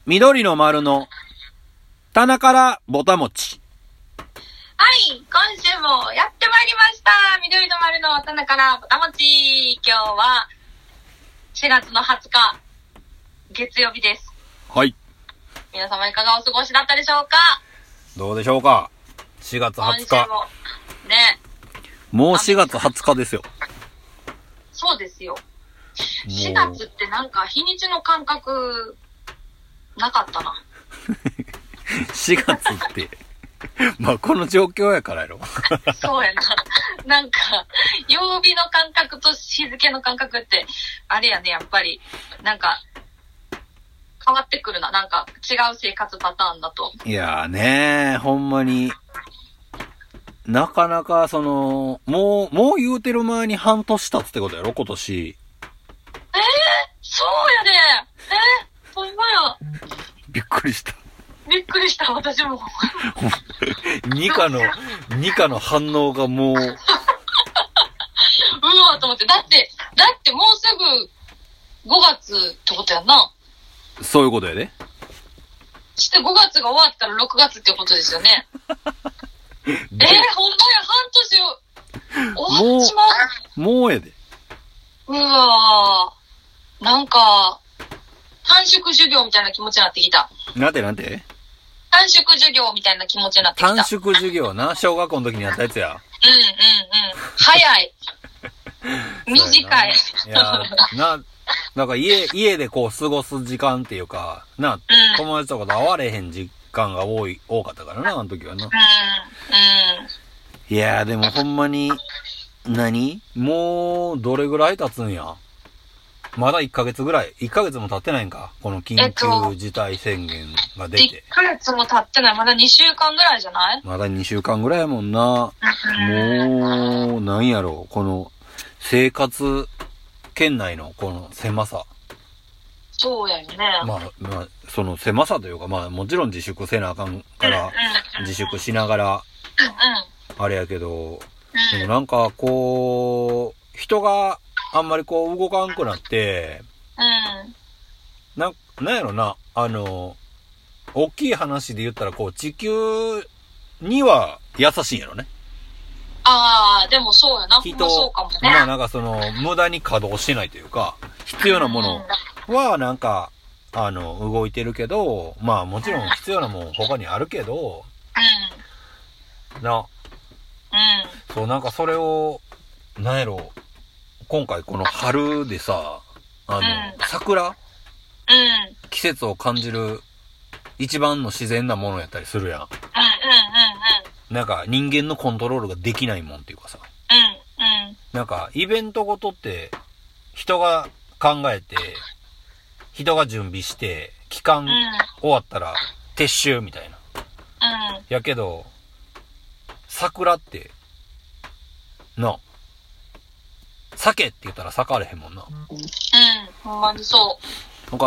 緑の丸の棚からぼたもち。 はい、今週もやってまいりました。緑の丸の棚からぼたもち。今日は4月の20日、月曜日です。 はい。 皆様いかがお過ごしだったでしょうか？ どうでしょうか？ 4 月20日。 今週もね。 もう4月20日ですよ。 そうですよ。4月ってなんか日にちの感覚なかったな。 4月って、まあこの状況やからやろ。 そうやな。なんか、曜日の感覚と日付の感覚って、あれやね、やっぱり、なんか、変わってくるな。なんか、違う生活パターンだと。 いやーねー、ほんまに、なかなかもう言うてる前に半年経つってことやろ、今年。 そうやで。ほんまや。 びっくりした。 びっくりした、私も。 ニカの反応がもう。うわと思って。だってもうすぐ5月ってことやんな。 そういうことやで。 して5月が終わったら6月ってことですよね。ほんまや、半年を終わっちまう。 もうやで。 うわー。なんか、短縮授業みたいな気持ちになってきた。 なんて短縮授業みたいな気持ちになってきた。 短縮授業な、小学校の時にやったやつや。 早い。短い。 いや、なんか家でこう過ごす時間っていうか、友達とかと会われへん時間が多かったからな、あの時はな。いやでもほんまに、もう、どれぐらい経つんや？まだ1ヶ月ぐらい。1ヶ月も経ってないんか。この緊急事態宣言が出て。 1ヶ月も経ってない。まだ2週間ぐらいじゃない？ まだ2週間ぐらいやもんな。もう、なんやろう。この、生活圏内のこの狭さ。 そうやよね。 まあ、その狭さというか、まあもちろん自粛せなあかんから、自粛しながら、あれやけど、でもなんかこう、人があんまりこう動かんくなって、なんやろな、大きい話で言ったらこう地球には優しいんやろね。 ああ、でもそうやな。そうかもね。 まあなんか無駄に稼働してないというか、必要なものはなんか、動いてるけど、まあもちろん必要なもん他にあるけど、そう、なんかそれを、なんやろ、今回この春でさ、桜、季節を感じる一番の自然なものやったりするやん。なんか人間のコントロールができないもんっていうかさ。なんかイベントごとって人が考えて、人が準備して、期間終わったら撤収みたいな。やけど、桜って、酒って言ったら咲かれへんもんな。 ほんまにそう。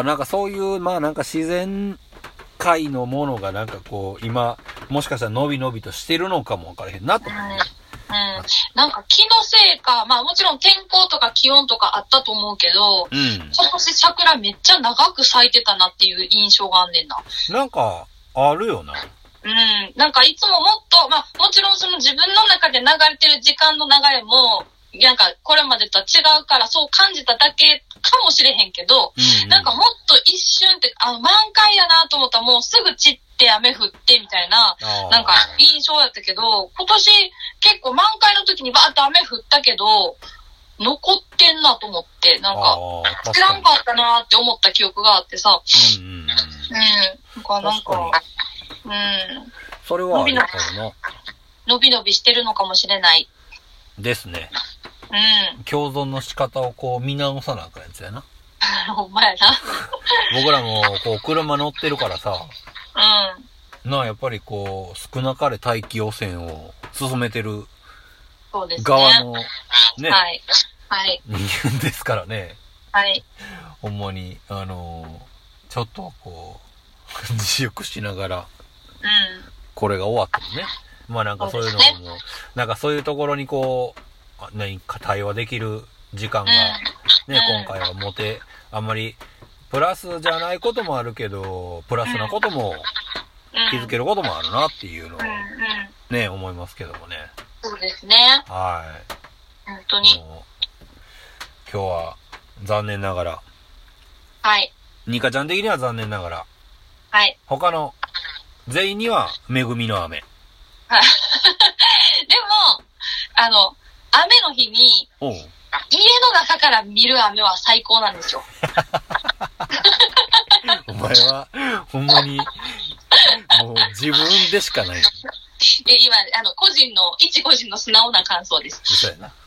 なんかそういう、まあなんか自然界のものがなんかこう、今、もしかしたら伸び伸びとしてるのかもわからへんなと思う。 なんか気のせいか、まあもちろん天候とか気温とかあったと思うけど、今年桜めっちゃ長く咲いてたなっていう印象があんねんな。 なんか、あるよな。 なんかいつももっと、まあもちろんその自分の中で流れてる時間の流れも、なんかこれまでとは違うからそう感じただけかもしれへんけど、なんかもっと一瞬って、満開やなと思ったらもうすぐ散って雨降ってみたいな、なんか印象やったけど、今年結構満開の時にバーッと雨降ったけど、残ってんなと思って、なんか、知らんかったなって思った記憶があってさ。なんか、 それはあるかもな。 伸び伸びしてるのかもしれない。 ですね。共存の仕方をこう見直さなあかんやつやな。 ほんまやな。 僕らもこう車乗ってるからさ、やっぱりこう少なかれ大気汚染を進めてる側のね、人間ですからね。ほんまにちょっとこう自粛しながら、これが終わってもね、まあなんかそういうのも、なんかそういうところにこう何か対話できる時間がね、今回はあんまりプラスじゃないこともあるけど、プラスなことも気づけることもあるなっていうのをね、思いますけどもね。 そうですね。 はい。 本当に。 今日は残念ながら。 はい。 ニカちゃん的には残念ながら。 はい。 他の全員には恵みの雨。 はい。でも、雨の日に、家の中から見る雨は最高なんですよ。 お前は、ほんまに、もう自分でしかない。 今、一個人の素直な感想です。 嘘やな。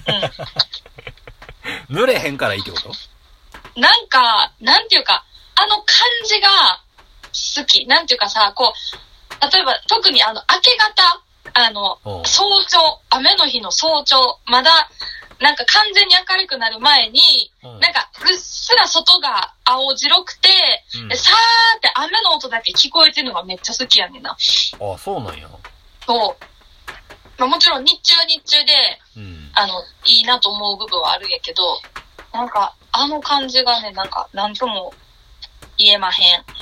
濡れへんからいいってこと？ なんか、なんていうか、感じが好き。なんていうかさ、こう、例えば特に明け方、早朝、雨の日の早朝、まだ、なんか完全に明るくなる前に、なんかうっすら外が青白くて、でさーって雨の音だけ聞こえてるのがめっちゃ好きやねんな。 あ、そうなんや。 そう。まあもちろん日中で、いいなと思う部分はあるんやけど、なんか感じがね、なんとも言えまへん。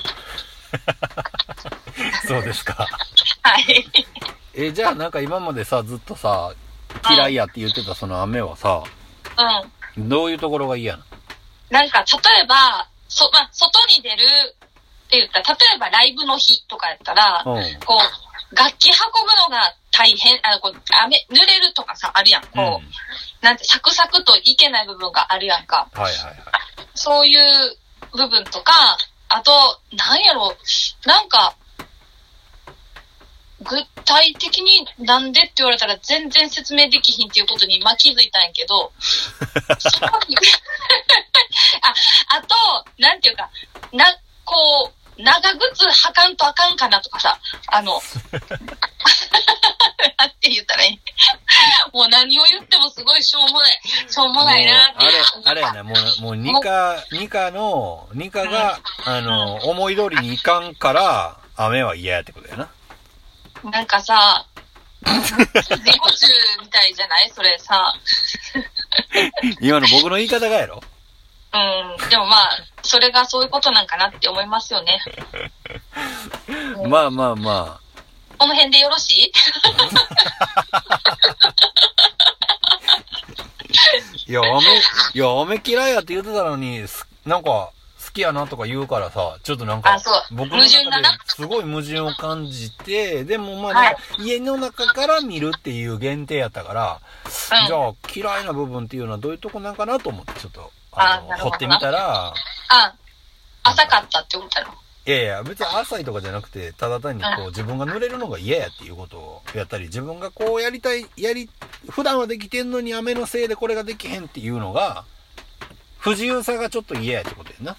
そうですか。 はい。 じゃあなんか今までさ、ずっとさ、嫌いやって言ってたその雨はさ、どういうところが嫌なの？ なんか、例えば、外に出るって言ったら、例えばライブの日とかやったら、こう、楽器運ぶのが大変、こう、濡れるとかさ、あるやん。こう、なんて、サクサクといけない部分があるやんか。 はいはいはい。 そういう部分とか、あと、なんやろ、なんか、具体的になんでって言われたら全然説明できひんっていうことに今気づいたんやけど、あと、なんていうか、こう、長靴履かんとあかんかなとかさ、なんて言ったらいいもう何を言ってもすごいしょうもないなって。 あれやな、もうニカが、思い通りにいかんから、雨は嫌やってことやな。 なんかさ、自己中みたいじゃないそれさ。 今の僕の言い方がやろ？ でもまあ、それがそういうことなんかなって思いますよね。 まあまあまあ。 この辺でよろしい？ いや、雨嫌いやって言ってたのに、なんか、好きやなとか言うからさ、ちょっとなんか、僕の中ですごい矛盾を感じて、でもまあなんか、家の中から見るっていう限定やったから、じゃあ嫌いな部分っていうのはどういうとこなんかなと思って、ちょっと、掘ってみたら、 浅かったって思ったの？ いやいや、別に浅いとかじゃなくて、ただ単にこう、自分が濡れるのが嫌やっていうことをやったり、自分がこう普段はできてんのに雨のせいでこれができへんっていうのが、不自由さがちょっと嫌やってことやな。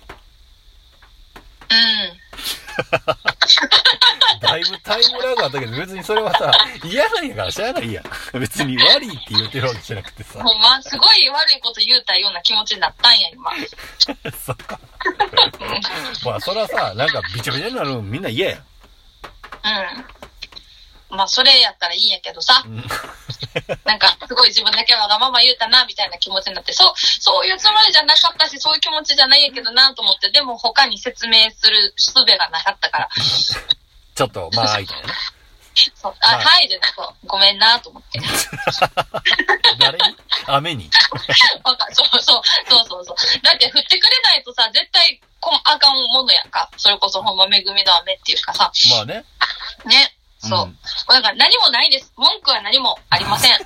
だいぶタイムラグあったけど、別にそれはさ、嫌なんやからしゃあないやん。別に悪いって言ってるわけじゃなくてさ。 ほんま、すごい悪いこと言うたような気持ちになったんや、今。 そっか。まあ、そらさ、なんかびちゃびちゃになるのみんな嫌やん。 まあ、それやったらいいんやけどさ。なんか、すごい自分だけわがまま言うたな、みたいな気持ちになって、そういうつもりじゃなかったし、そういう気持ちじゃないんやけどな、と思って、でも他に説明する術がなかったから。 ちょっと、まあ、みたいなね。 そう、はいじゃなく、ごめんな、と思って。 誰に？雨に？ そう。だって降ってくれないとさ、絶対あかんものやんか。それこそほんま恵みの雨っていうかさ。 まあね。 ね。そう。だから何もないです。文句は何もありません。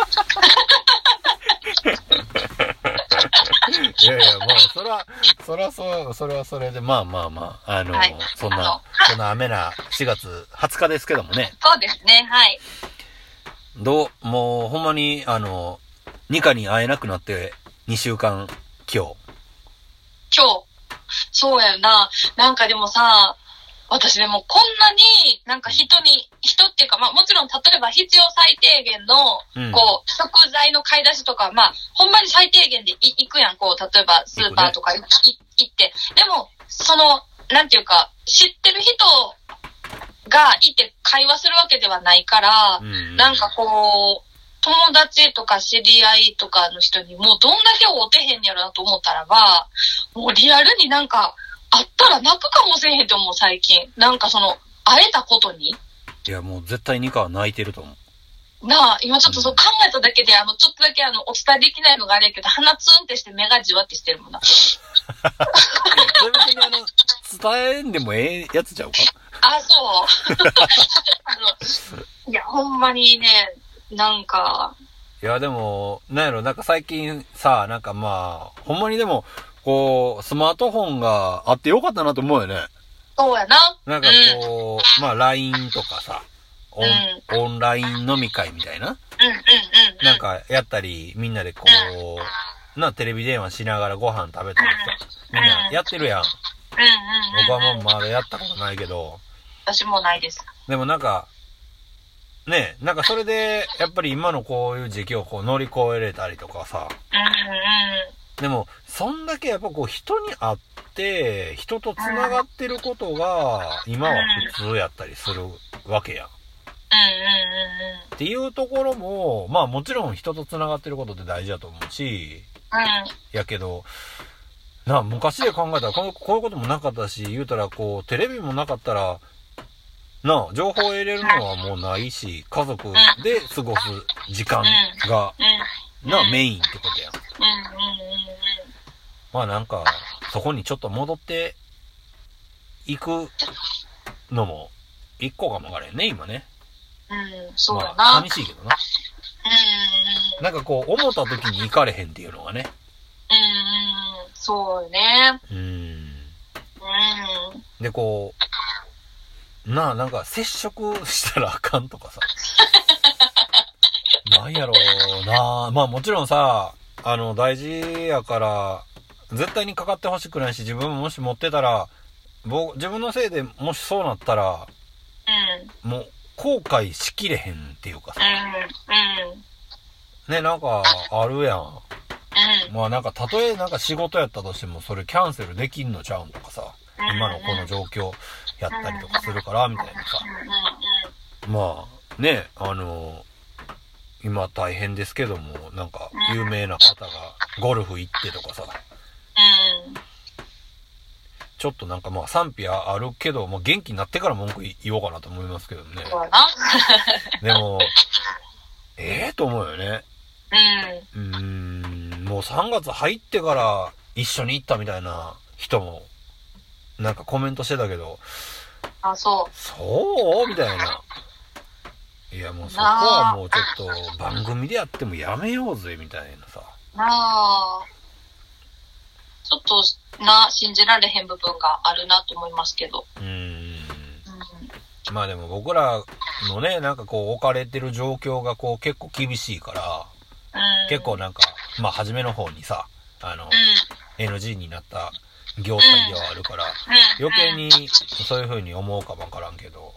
いやいや、もう、それはそれで、まあ、そんな雨な4月20日ですけどもね。 そうですね、はい。 もう、ほんまに、ニカに会えなくなって2週間、今日。 そうやな。なんかでもさ、私でもこんなになんか人っていうか、まあもちろん例えば必要最低限の、食材の買い出しとか、まあほんまに最低限で行くやん、例えばスーパーとか行って。でも、なんていうか、知ってる人がいて会話するわけではないから、なんか友達とか知り合いとかの人にもうどんだけ会うてへんやろなと思ったらば、もうリアルになんか、会ったら泣くかもせえへんって思う、最近。なんか会えたことに。 いや、もう絶対ニカは泣いてると思う。 なあ、今ちょっとそう考えただけで、ちょっとだけお伝えできないのがあれやけど、鼻ツンってして目がじわってしてるもんな。それ別に伝えんでもええやつちゃうか？ あ、そういや、ほんまにね、なんか。 いや、でも、なんやろ、なんか最近さ、なんかまあ、ほんまにでも、こう、スマートフォンがあってよかったなと思うよね。 そうやな。 なんかこう、まあ LINE とかさ、オンライン飲み会みたいな、なんかやったり、みんなでこう、テレビ電話しながらご飯食べたりさ、みんなやってるやん。僕はもうまだやったことないけど。 私もないです。 でもなんか、ね、なんかそれで、やっぱり今のこういう時期をこう乗り越えれたりとかさ。でも、そんだけやっぱこう人に会って、人と繋がってることが、今は普通やったりするわけやん。っていうところも、まあもちろん人と繋がってることって大事だと思うし、やけど、昔で考えたらこういうこともなかったし、言うたらこう、テレビもなかったら、情報を得れるのはもうないし、家族で過ごす時間が、メインってことやん。まあなんか、そこにちょっと戻っていくのも、一個かもわかれんね、今ね。 そうだな。 まあ、寂しいけどな。なんかこう、思った時に行かれへんっていうのがね。 そうね。 で、こう、なんか接触したらあかんとかさ。なんやろうな。まあもちろんさ、大事やから、絶対にかかってほしくないし、自分ももし持ってたら、自分のせいでもしそうなったら、もう後悔しきれへんっていうかさ。ね、なんか、あるやん。まあなんか、たとえなんか仕事やったとしても、それキャンセルできんのちゃうんとかさ。今のこの状況やったりとかするから、みたいなさ。まあ、ね、今大変ですけども、なんか、有名な方がゴルフ行ってとかさ。ちょっとなんかまあ賛否あるけど、まあ元気になってから文句言おうかなと思いますけどね。でも、と思うよね。もう3月入ってから一緒に行ったみたいな人も、なんかコメントしてたけど。そうみたいな。いやもうそこはもうちょっと番組でやってもやめようぜみたいなさ。 ちょっと信じられへん部分があるなと思いますけど。 まあでも僕らのね、なんかこう置かれてる状況がこう結構厳しいから、結構なんか、まあ初めの方にさ、NG になった業態ではあるから、余計にそういう風に思うかもわからんけど。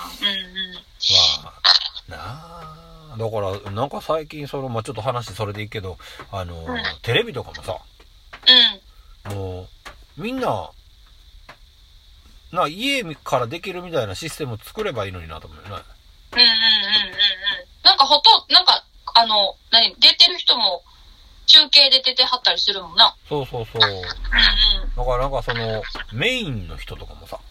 だからなんか最近まあちょっと話それでいいけど、テレビとかもさ、もう、みんな、家からできるみたいなシステムを作ればいいのになと思うよね。 なんか出てる人も中継で出てはったりするもんな。 そう。だからなんかメインの人とかもさ、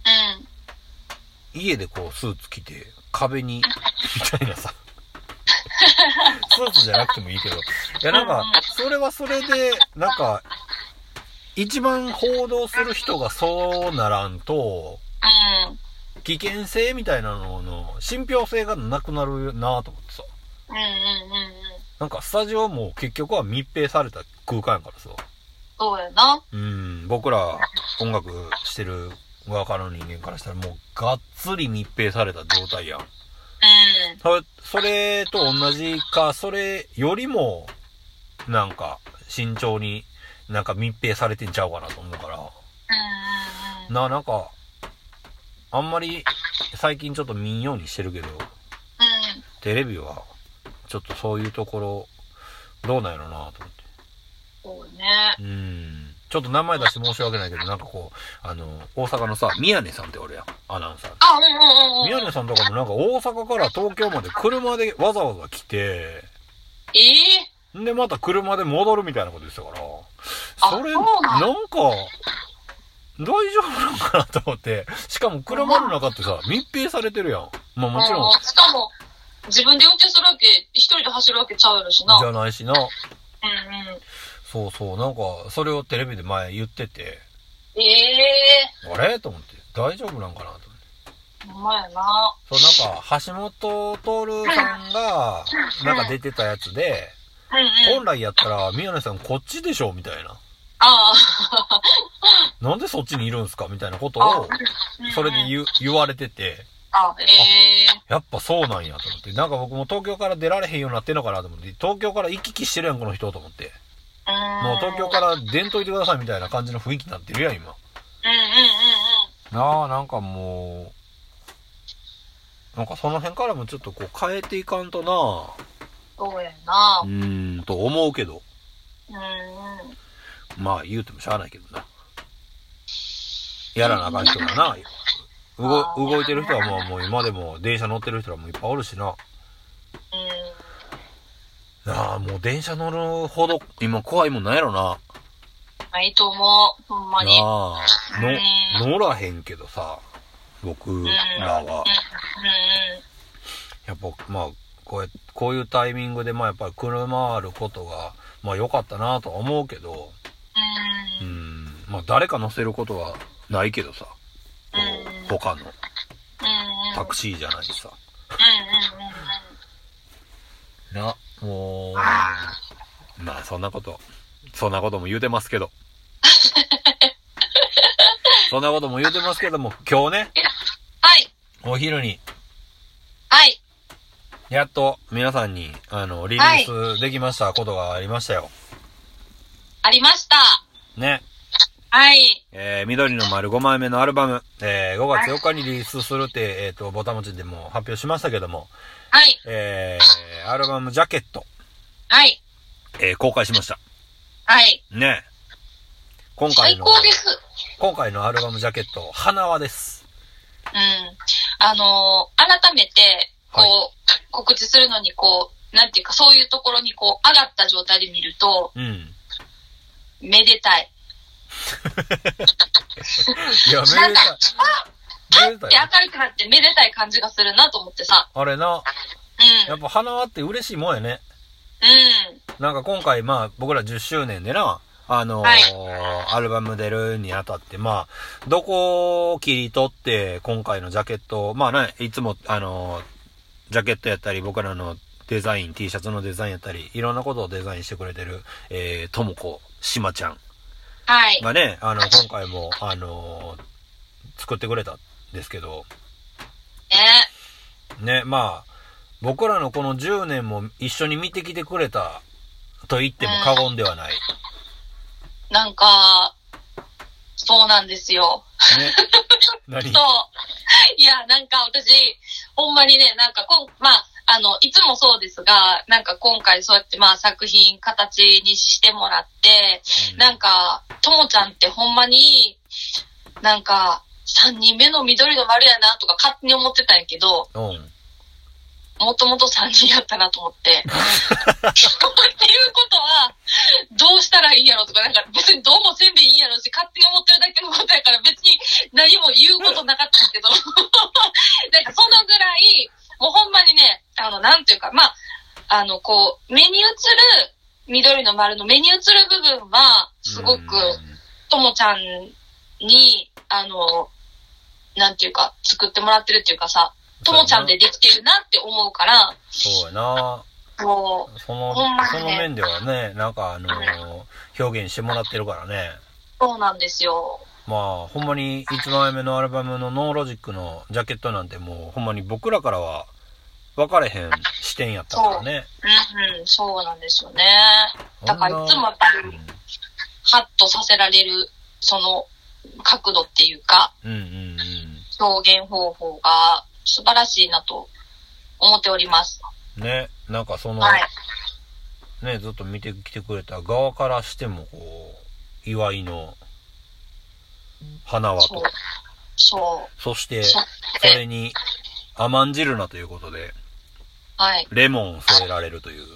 家でこうスーツ着て壁に、みたいなさ、スーツじゃなくてもいいけど、いやなんか、それはそれで、なんか、一番報道する人がそうならんと、危険性みたいなのの信憑性がなくなるなと思ってさ。なんかスタジオも結局は密閉された空間やからさ。 そうやな。 僕ら音楽してる側からの人間からしたらもうがっつり密閉された状態やん。それと同じか、それよりも、なんか慎重になんか密閉されてんちゃうかなと思うから。なんか、あんまり最近ちょっと見んようにしてるけど、テレビはちょっとそういうところどうなんやろなと思って。 そうね。 ちょっと名前出して申し訳ないけど、なんかこう、大阪のさ、宮根さんっておるやん、アナウンサー。 あ、うんうんうん。 宮根さんとかもなんか大阪から東京まで車でわざわざ来て、で、また車で戻るみたいなこと言ってたから、それ、なんか、大丈夫なのかなと思って、しかも車の中ってさ、密閉されてるやん。まあもちろん。 しかも、自分で運転するわけ、一人で走るわけちゃうやろしな。 じゃないしな。 うんうん。 そうそう、なんか、それをテレビで前言ってて、あれと思って、大丈夫なんかなと思って。 ほんまやな。 そう、なんか、橋本徹さんが、なんか出てたやつで、本来やったら、宮根さんこっちでしょみたいな。なんでそっちにいるんすかみたいなことを、それで言われてて、やっぱそうなんやと思って、なんか僕も東京から出られへんようになってんのかなと思って、東京から行き来してるやん、この人と思って。もう東京から出んといてくださいみたいな感じの雰囲気になってるやん、今。なんかもう、なんかその辺からもちょっとこう変えていかんとな。 そうやな。 と思うけど。まあ言うてもしゃあないけどな。やらなあかん人がな。動いてる人はもう今でも電車乗ってる人らもいっぱいおるしな。もう電車乗るほど今怖いもんなんやろな。 ないと思う。ほんまに。 乗らへんけどさ、僕らは。やっぱまあこういうタイミングでまあやっぱり車あることがまあ良かったなとは思うけど、まあ誰か乗せることはないけどさ、他のタクシーじゃないしさ。もう、まあそんなことも言うてますけど。そんなことも言うてますけども、今日ね。 はい。 お昼に。 はい。 やっと皆さんに、リリースできましたことがありましたよ。 ありました。 ね。 はい。 緑の丸5枚目のアルバム、5月4日にリリースするって、ボタン持ちでも発表しましたけども、 はい。 アルバムジャケット。 はい。 公開しました。 はい。 ね。 最高です。 今回のアルバムジャケット、花輪です。 改めて、告知するのに、なんていうか、そういうところに上がった状態で見ると、めでたい。 いや、めでたい。 って明るくなってめでたい感じがするなと思ってさ。 あれな。やっぱ花輪って嬉しいもんやね。なんか今回まあ僕ら10周年でな、アルバム出るにあたって、まあ、どこを切り取って今回のジャケット、まあね、いつもジャケットやったり僕らのデザイン、T シャツのデザインやったり、いろんなことをデザインしてくれてる、ともこ、しまちゃん。 はい。 がね、今回も、作ってくれたんですけど。ね、まあ、僕らのこの10年も一緒に見てきてくれたと言っても過言ではない。 なんか、そうなんですよ。 ね。何？ そう。いや、なんか私、ほんまにね、なんかまあ、いつもそうですが、なんか今回そうやってまあ作品形にしてもらって、なんか、ともちゃんってほんまに、なんか、3人目の緑の丸やなとか勝手に思ってたんやけど、もともと3人やったなと思って。っていうことは、どうしたらいいんやろとか、なんか別にどうもせんでいいんやろし、勝手に思ってるだけのことやから別に何も言うことなかったんですけど、なんかそのぐらい、もうほんまにね、なんていうか、まあ、目に映る、緑の丸の目に映る部分は、すごく、ともちゃんに、なんていうか、作ってもらってるっていうかさ、ともちゃんでできてるなって思うから。 そうやな。 もう、 その面ではね、なんか表現してもらってるからね。 そうなんですよ。 まあ、ほんまに1枚目のアルバムのノーロジックのジャケットなんてもうほんまに僕らからは分かれへん視点やったからね。 そうなんですよね。だからいつもやっぱり、ハッとさせられる、その角度っていうか、表現方法が素晴らしいなと思っております。 ね、なんかね、ずっと見てきてくれた側からしても祝いの花輪と。 そう。 そして、それに甘んじるなということで、 はい。 レモンを添えられるという。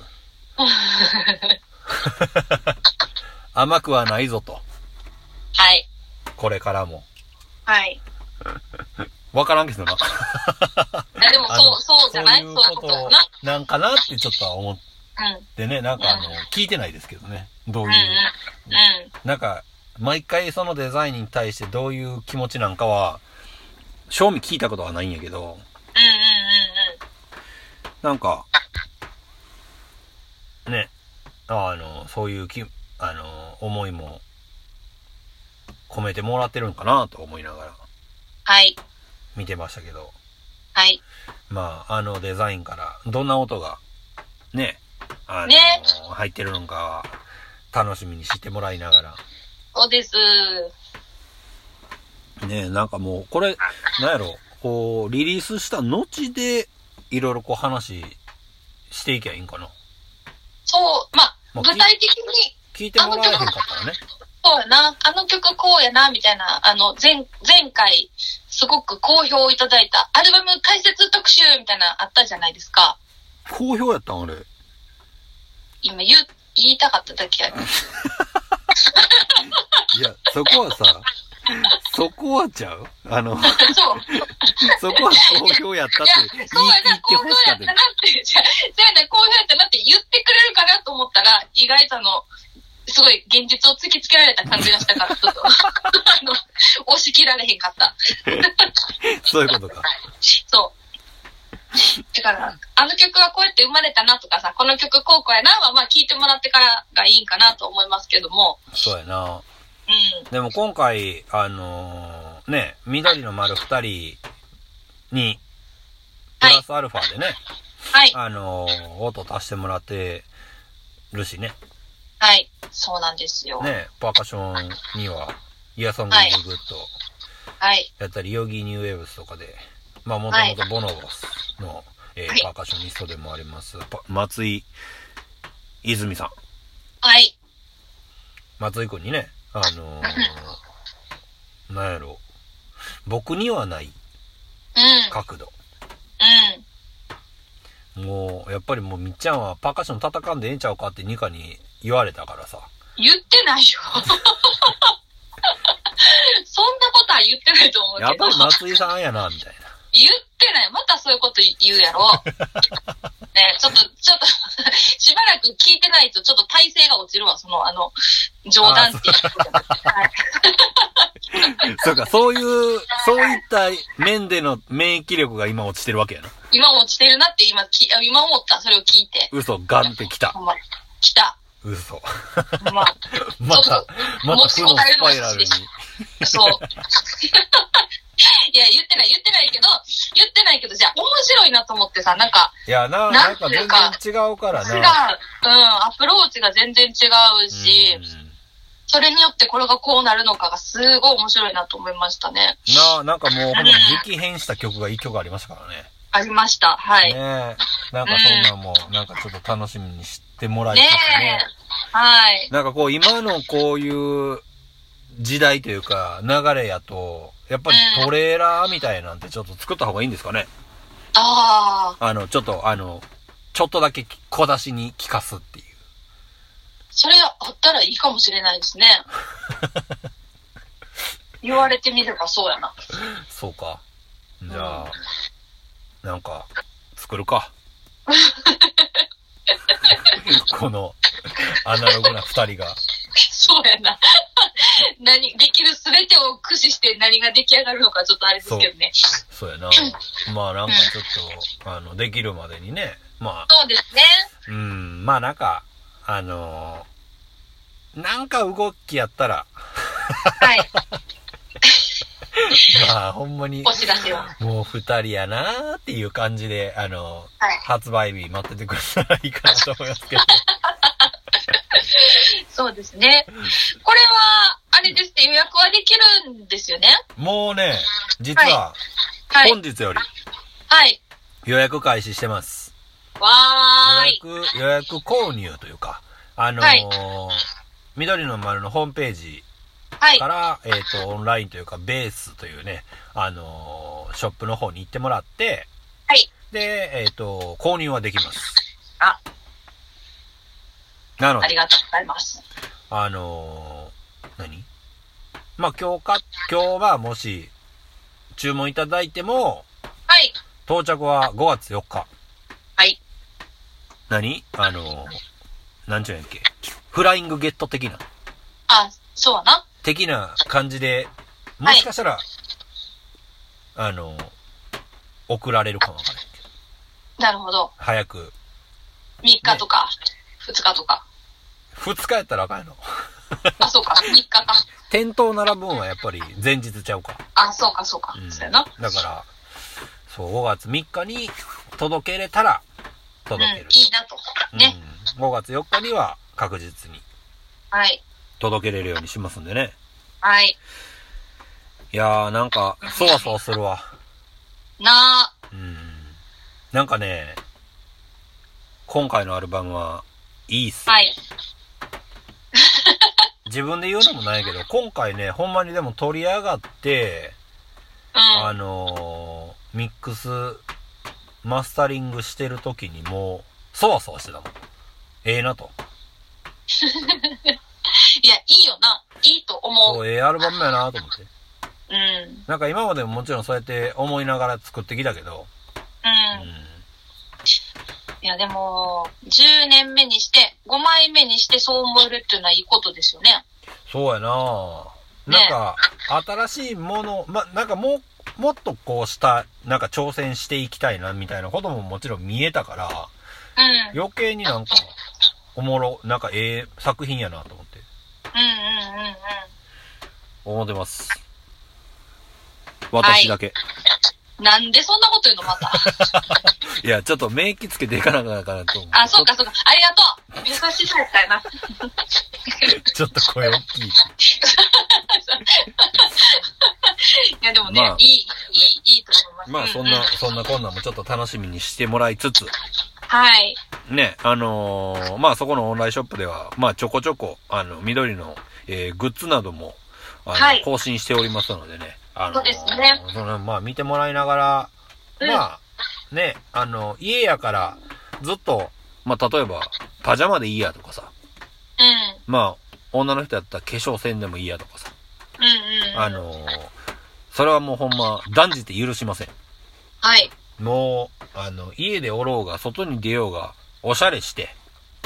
甘くはないぞと。 はい。 これからも。 はい。 わからんけどな。 でもそうじゃない？ そういうことなんかなってちょっとは思ってね、なんか聞いてないですけどね。どういう。なんか、毎回そのデザインに対してどういう気持ちなんかは、正味聞いたことはないんやけど、なんか、ね、そういう思いも込めてもらってるんかなと思いながら、 はい。 見てましたけど、 はい。 まあ、デザインからどんな音が、ね、入ってるのか楽しみにしてもらいながら。 そうです。 ね、なんかもう、これ、なんやろ、こう、リリースした後で、いろいろこう話していけばいいんかな。 そう、まあ、具体的に。 聞いてもらえへんかったらね。 そうやな。あの曲こうやな、みたいな、前回、すごく好評をいただいた、アルバム解説特集みたいなあったじゃないですか。 好評やったんあれ。 今言いたかっただけやね。 いや、そこはさ、そこはちゃうそう。そこは好評やったって言ってほしかった。そうやな、好評やったなって、じゃあね、好評やったなって言ってくれるかなと思ったら、意外とすごい現実を突きつけられた感じがしたから、ちょっと、押し切られへんかった。そういうことか。 そう。だから、あの曲はこうやって生まれたなとかさ、この曲こうやなは、まあ聞いてもらってからがいいんかなと思いますけども。 そうやな。 うん。 でも今回、ね、緑の丸二人に、プラスアルファでね、 はい。 音足してもらってるしね。 はい。そうなんですよ。 ね、パーカッションには、イヤソングイズグッド。 はい。 やったり、ヨギニューウェーブスとかで、まあ、もともとボノボスの、パーカッショニストでもあります、松井泉さん。 はい。 松井くんにね、なんやろ、僕にはない角度。もう、やっぱりもうみっちゃんはパーカッション叩かんでええんちゃうかってニカに言われたからさ。 言ってないよ。そんなことは言ってないと思うけど。 やっぱり松井さんやな、みたいな。 言ってない。またそういうこと言うやろ。ね、ちょっと、しばらく聞いてないと、ちょっと体勢が落ちるわ、冗談って。はい。 そうか、そういった面での免疫力が今落ちてるわけやな。 今落ちてるなって今思った、それを聞いて。 嘘、ガンってきた。 来た。 嘘。 また負のスパイラルに。 そう。いや、言ってないけど、じゃあ、面白いなと思ってさ、なんか。 いや、なんか全然違うからな。 アプローチが全然違うし、それによってこれがこうなるのかがすごい面白いなと思いましたね。 なんかもう、激変した曲が1曲ありましたからね。 ありました、はい。 ねなんかそんなんも、なんかちょっと楽しみにしてもらいたいね。 はい。 なんかこう、今のこういう時代というか、流れやと、やっぱりトレーラーみたいなんてちょっと作った方がいいんですかね。 ああ。 ちょっとだけ小出しに聞かすっていう。 それあったらいいかもしれないですね。言われてみればそうやな。 そうか。じゃあ、なんか、作るか。この、アナログな二人が。 そうやな。できるすべてを駆使して何が出来上がるのかちょっとあれですけどね。 そうやな。まあなんかちょっと、できるまでにね。まあ。 そうですね。 まあなんか、なんか動きやったら。 はい。 まあほんまに、もう二人やなーっていう感じで、はい、発売日待っててくれたらいいかなと思いますけど。 そうですね。これは、あれですね、予約はできるんですよね。 もうね、実は、本日より、 はい。 予約開始してます。 わーい。 予約購入というか、 緑の丸のホームページから、オンラインというか、ベースというね、ショップの方に行ってもらって、 はい。 で、購入はできます。 あ。 なので。 ありがとうございます。 まあ、今日はもし、注文いただいても、 はい。 到着は5月4日。 はい。 なんちゅうんやっけ。フライングゲット的な。 あ、そうな。 的な感じで、もしかしたら、はい、送られるかもわからないけど。 なるほど。 早く。 3日とか、2日とか。 2日やったらあかんやろ。 あ、そうか。3日か。 店頭並ぶんはやっぱり前日ちゃうか。 あ、そうか、そうか。そうやな。 だから、そう、5月3日に届けれたら、届ける。 いいなと。ね。 5月4日には確実に。 はい。 届けれるようにしますんでね。 はい。 いやー、なんか、そわそわするわ。 なー。なんかね、今回のアルバムはいいっす。 はい。 自分で言うのもないけど、今回ね、ほんまにでも取り上がって、ミックス、マスタリングしてる時にもう、そわそわしてたもん。ええなと。 いや、いいよな。いいと思う。 そう、ええアルバムやなと思って。 うん。 なんか今までももちろんそうやって思いながら作ってきたけど。 いや、でも、10年目にして、5枚目にしてそう思えるっていうのはいいことですよね。 そうやな、なんか、新しいもの、なんかもっとこうした、なんか挑戦していきたいな、みたいなことももちろん見えたから、余計になんか、なんか作品やなと思って。思ってます。私だけ。 なんでそんなこと言うのまた。 いや、ちょっと免疫つけていかなきゃなと思う。 あ、そうかそうか。ありがとう。優しさやったよな。 ちょっと声大きい。いや、でもね、いいと思います。 まあ、そんなこんなもちょっと楽しみにしてもらいつつ。 はい。 ね、まあそこのオンラインショップでは、まあちょこちょこ、緑の、グッズなども、更新しておりますのでね。 そうですね。 まあ見てもらいながら、まあ、ね、家やから、ずっと、まあ例えば、パジャマでいいやとかさ。まあ、女の人やったら化粧せんでもいいやとかさ。それはもうほんま、断じて許しません。 はい。 もう、家でおろうが、外に出ようが、おしゃれして、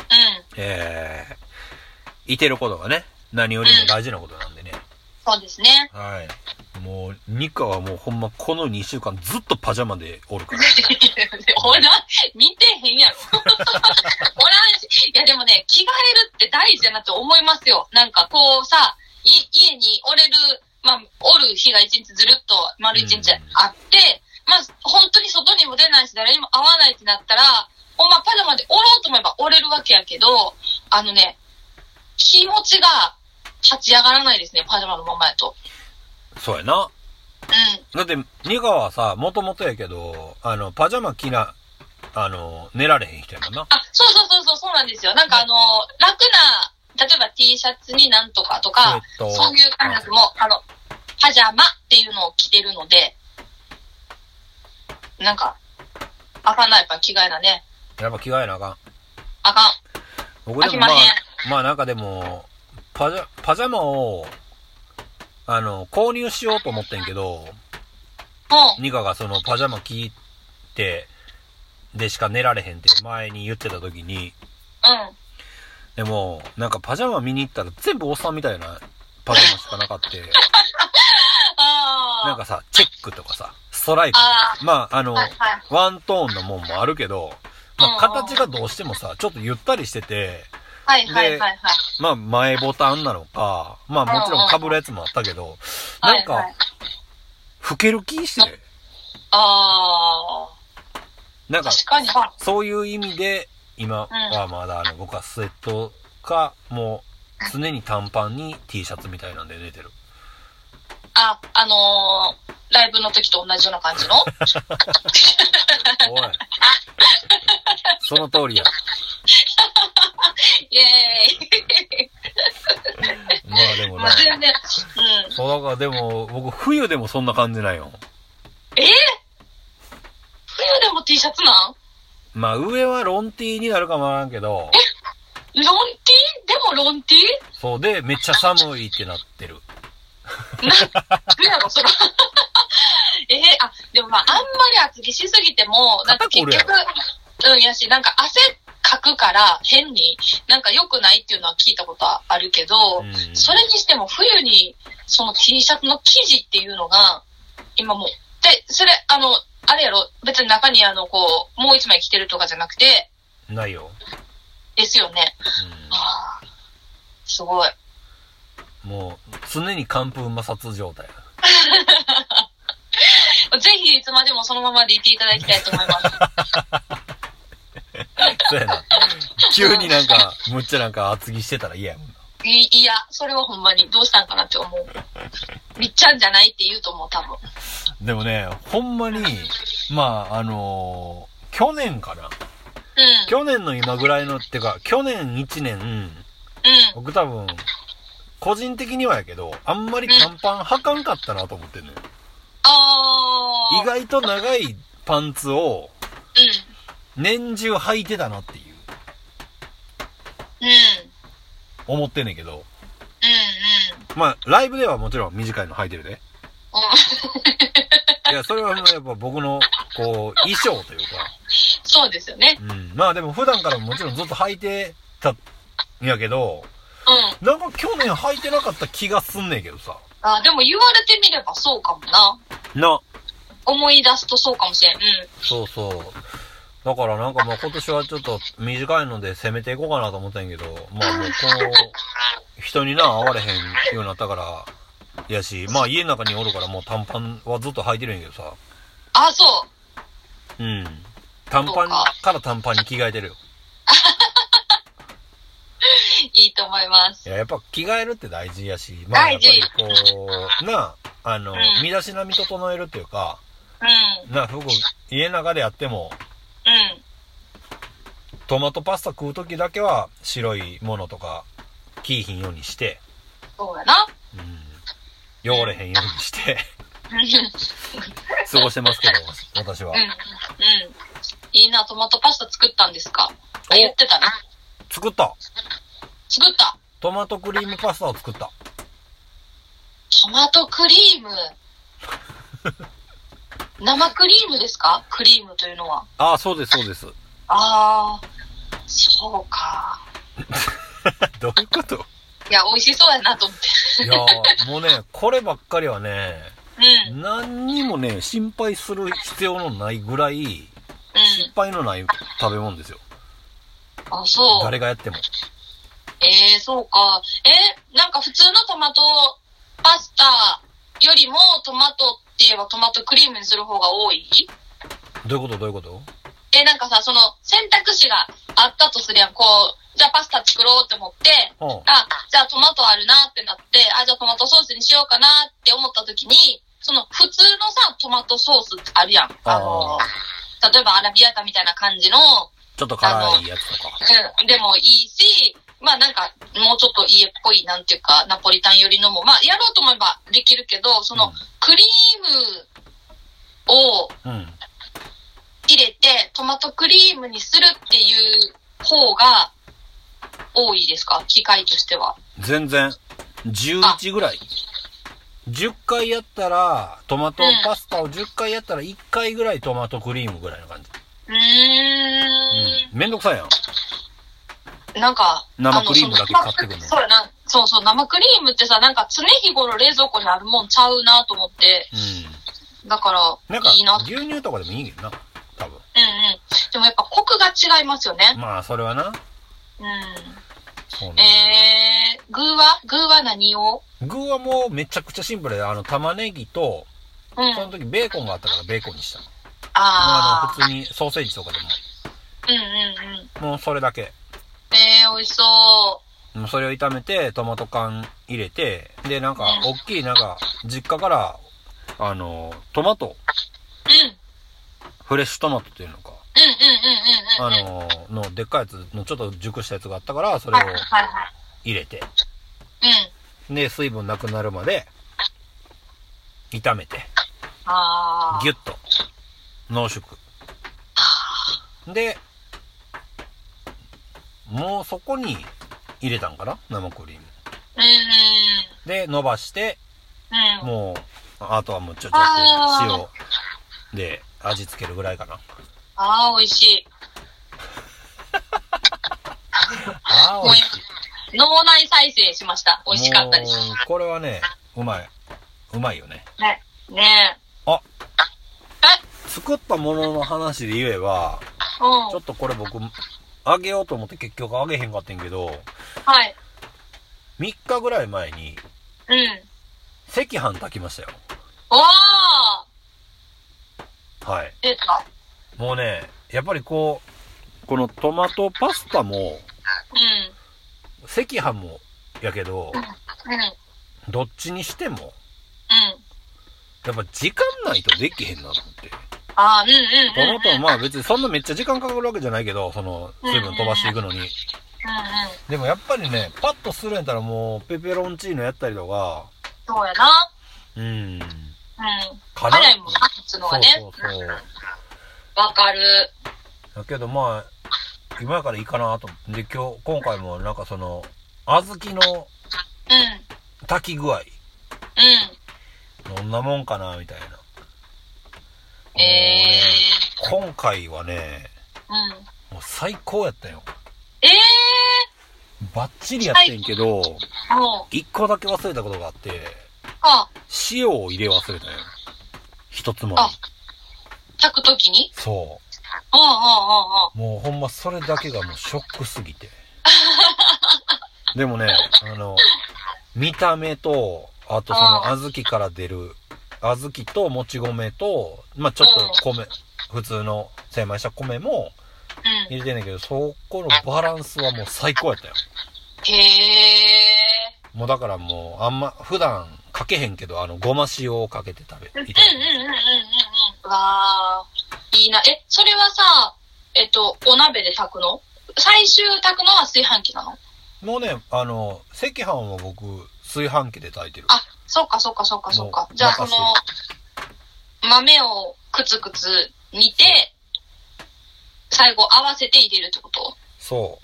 いてることがね、何よりも大事なことなんでね。 そうですね。 はい。もう、ニカはもうほんまこの2週間ずっとパジャマでおるから。 おらん、見てへんやろ。おらんし。いやでもね、着替えるって大事だなって思いますよ。なんかこうさ、家におれる、まあ、おる日が一日ずるっと丸一日あって、まあ、本当に外にも出ないし、誰にも会わないってなったら、ほんまパジャマでおろうと思えばおれるわけやけど、気持ちが立ち上がらないですね、パジャマのままやと。 そうやな。だって、ニカはさ、もともとやけど、パジャマ寝られへん人やもんな。 あ、そうなんですよ。なんか楽な、例えば T シャツになんとかとか、そういう感覚も、パジャマっていうのを着てるので、なんか、あかんな、やっぱ着替えなね。 やっぱ着替えなあかん。 あかん。 僕でもまあなんかでも、パジャマを、購入しようと思ってんけど、ニカがそのパジャマ着て、でしか寝られへんって前に言ってた時に、でも、なんかパジャマ見に行ったら全部おっさんみたいなパジャマしかなかって、なんかさ、チェックとかさ、ストライプとか、まあワントーンのもんもあるけど、まあ形がどうしてもさ、ちょっとゆったりしてて、で、まあ前ボタンなのか、まあもちろん被るやつもあったけど、なんか、老ける気してる。なんか、そういう意味で、今はまだ僕はスウェットか、もう常に短パンに T シャツみたいなんで寝てる。 ライブの時と同じような感じのおい。その通りや。 イェーイ。 でもな。 まあ、全然。うん。 そう、だからでも、僕、冬でもそんな感じなんよ。 冬でも T シャツなん？ まあ、上はロン T になるかもわからんけど。 ロン T？ でもロン T？ そうで、めっちゃ寒いってなってる。 なんやろ、それ。でもまあ、あんまり厚着しすぎても、なんか結局、やし、なんか汗かくから、変になんか良くないっていうのは聞いたことはあるけど、それにしても冬に、その T シャツの生地っていうのが、今もう、で、それ、あれやろ、別に中にこう、もう一枚着てるとかじゃなくて、 ないよ。 ですよね。ああ、すごい。 もう、常に寒風摩擦状態。 ぜひ、いつまでもそのままでいていただきたいと思います。 そうやな。急になんか、むっちゃなんか厚着してたら嫌やもんな。 いや、それはほんまにどうしたんかなって思う。みっちゃんじゃないって言うと思う、多分。 でもね、ほんまに、まあ、去年かな。 うん。 去年の今ぐらいの、ってか、去年1年、僕多分、個人的にはやけど、あんまり短パン履かんかったなと思ってんのよ。意外と長いパンツを、年中履いてたなっていう。思ってんねんけど。まあ、ライブではもちろん短いの履いてるで。いや、それはやっぱ僕の、こう、衣装というか。 そうですよね。 まあでも普段からもちろんずっと履いてたんやけど、なんか去年履いてなかった気がすんねんけどさ。 でも言われてみればそうかもな。思い出すとそうかもしれん。 そうそう。だからなんかまあ今年はちょっと短いので攻めていこうかなと思ったんやけど、まあもう人に会われへんようになったから、やし、まあ家の中におるからもう短パンはずっと履いてるんやけどさ。 そう。 短パンから短パンに着替えてるよ。 いいと思います。 やっぱ着替えるって大事やし、まあやっぱりこう、身だしなみ整えるっていうか、服家の中でやっても、トマトパスタ食うときだけは白いものとか着いひんようにして、 そうやな。 汚れへんようにして過ごしてますけど、私は。 いいな、トマトパスタ作ったんですか？言ってたな。 作った。 トマトクリームパスタを作った。 トマトクリーム生クリームですか？クリームというのは。 そうです、そうです。 そうか。 どういうこと？ いや、美味しそうやなと思って。 いやもうね、こればっかりはね、何にもね、心配する必要のないぐらい、失敗のない食べ物ですよ。 そう。 誰がやっても。 そうか。なんか普通のトマトパスタよりもトマトって言えばトマトクリームにする方が多い？ どういうこと？ なんかさ、その選択肢があったとすりゃ、こう、じゃあパスタ作ろうって思って、じゃあトマトあるなってなって、じゃあトマトソースにしようかなって思った時に、その普通のさ、トマトソースってあるやん。例えばアラビアータみたいな感じの、 ちょっと辛いやつとか。 でもいいし、まあなんか、もうちょっと家っぽい、なんていうか、ナポリタン寄りのも、まあやろうと思えばできるけど、その、クリームを入れて、トマトクリームにするっていう方が多いですか？機械としては。 全然。11ぐらい。10回やったら、トマトパスタを10回やったら1回ぐらいトマトクリームぐらいの感じ。めんどくさいやん。 なんか、 生クリームだけ買ってくるの。 そうやな。そう、生クリームってさ、なんか常日頃冷蔵庫にあるもんちゃうなと思って。だから、いいな。 牛乳とかでもいいけどな、多分。 でもやっぱコクが違いますよね。 まあ、それはな。 具は何を？ 具はもうめちゃくちゃシンプルで、玉ねぎと、その時ベーコンがあったからベーコンにした。普通にソーセージとかでも。もうそれだけ。 美味しそもうそれを炒めて、トマト缶入れて、で、なんか、大きい、なんか、実家から、トマト。フレッシュトマトっていうのか。でっかいやつのちょっと熟したやつがあったから、それを入れて。 で、水分なくなるまで、炒めて、ギュッと、濃縮。で、もうそこに入れたんかな生クリーム。で、伸ばして、もう、あとはもうちょっと塩で味付けるぐらいかな。 美味しい。 美味しい。 脳内再生しました。美味しかったです。 これはね、うまいよね。 ね作ったものの話で言えば、ちょっとこれ僕、あげようと思って結局あげへんかったんけど、 はい。 3日ぐらい前に、赤飯炊きましたよ。はい。 出た。 もうね、やっぱりこのトマトパスタも、赤飯もやけど、どっちにしても、やっぱ時間ないとできへんなと思って。トマトもまあ別にそんなめっちゃ時間かかるわけじゃないけど、その水分飛ばしていくのに。でもやっぱりね、パッとするんやったらもうペペロンチーノやったりとか。 そうやな。早いもんな、打つのがね。そう。わかる。 だけどまあ、今やからいいかなと思って。で、今回もなんかその、小豆の、炊き具合。どんなもんかな、みたいな。今回はね、もう最高やったよ。バッチリやってんけど、一個だけ忘れたことがあって、塩を入れ忘れたよ。一つも。 炊くときに？ そう。もうほんまそれだけがもうショックすぎて。でもね、見た目と、あとその小豆から出る、小豆ともち米と、まあちょっと米、普通の精米した米も入れてんねんけど、そこのバランスはもう最高やったよ。もうだからもうあんま普段かけへんけど、ごま塩をかけて食べて。 わー、いいな。それはさ、お鍋で炊くの？最終炊くのは炊飯器なの？ もうね、赤飯は僕、炊飯器で炊いてる。 そうか。じゃあ、豆をくつくつ煮て、最後合わせて入れるってこと？ そう。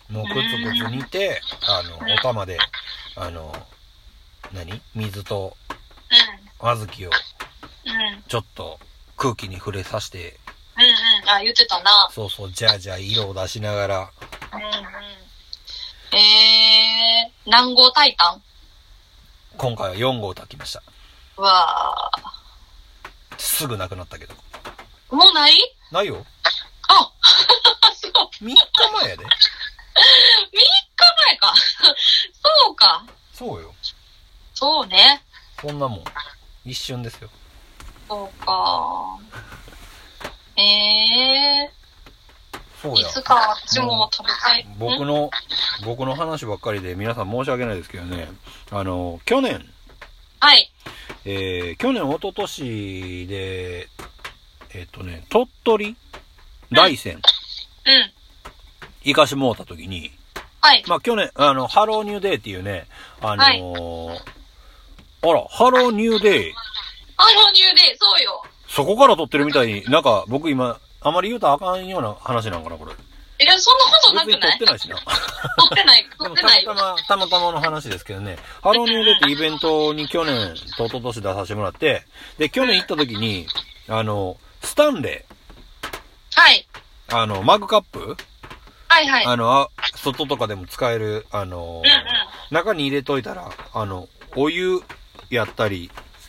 もうくつくつ煮て、お玉で、水と、小豆を、ちょっと空気に触れさせて、 言ってたな。 そう、じゃあ色を出しながら。 何合炊いたん？ 今回は4合炊きました。 わー。 すぐなくなったけど。 もうない？ ないよ。 そう。 3日前やで。3日前か。そうか。 そうよ。 そうね。 そんなもん。一瞬ですよ。 そうか。 そうや。 いつか私も食べたい。 僕の話ばっかりで皆さん申し訳ないですけどね。去年。 はい。 去年、一昨年で、鳥取大山。行かしてもらった時に。 はい。 まあ、去年、ハローニューデーっていうね、ハローニューデー。 ハローニューデー、そうよ。 そこから撮ってるみたいに、なんか僕今、あまり言うとあかんような話なんかな、これ。 いや、そんなことなくない？ 別に撮ってないしな。 撮ってないよ。 たまたまの話ですけどね。ハローニューデーってイベントに去年と一昨年出させてもらって、で、去年行った時に、スタンレー。はい。 マグカップ？ はいはい。 外とかでも使える、中に入れといたら、お湯やったり、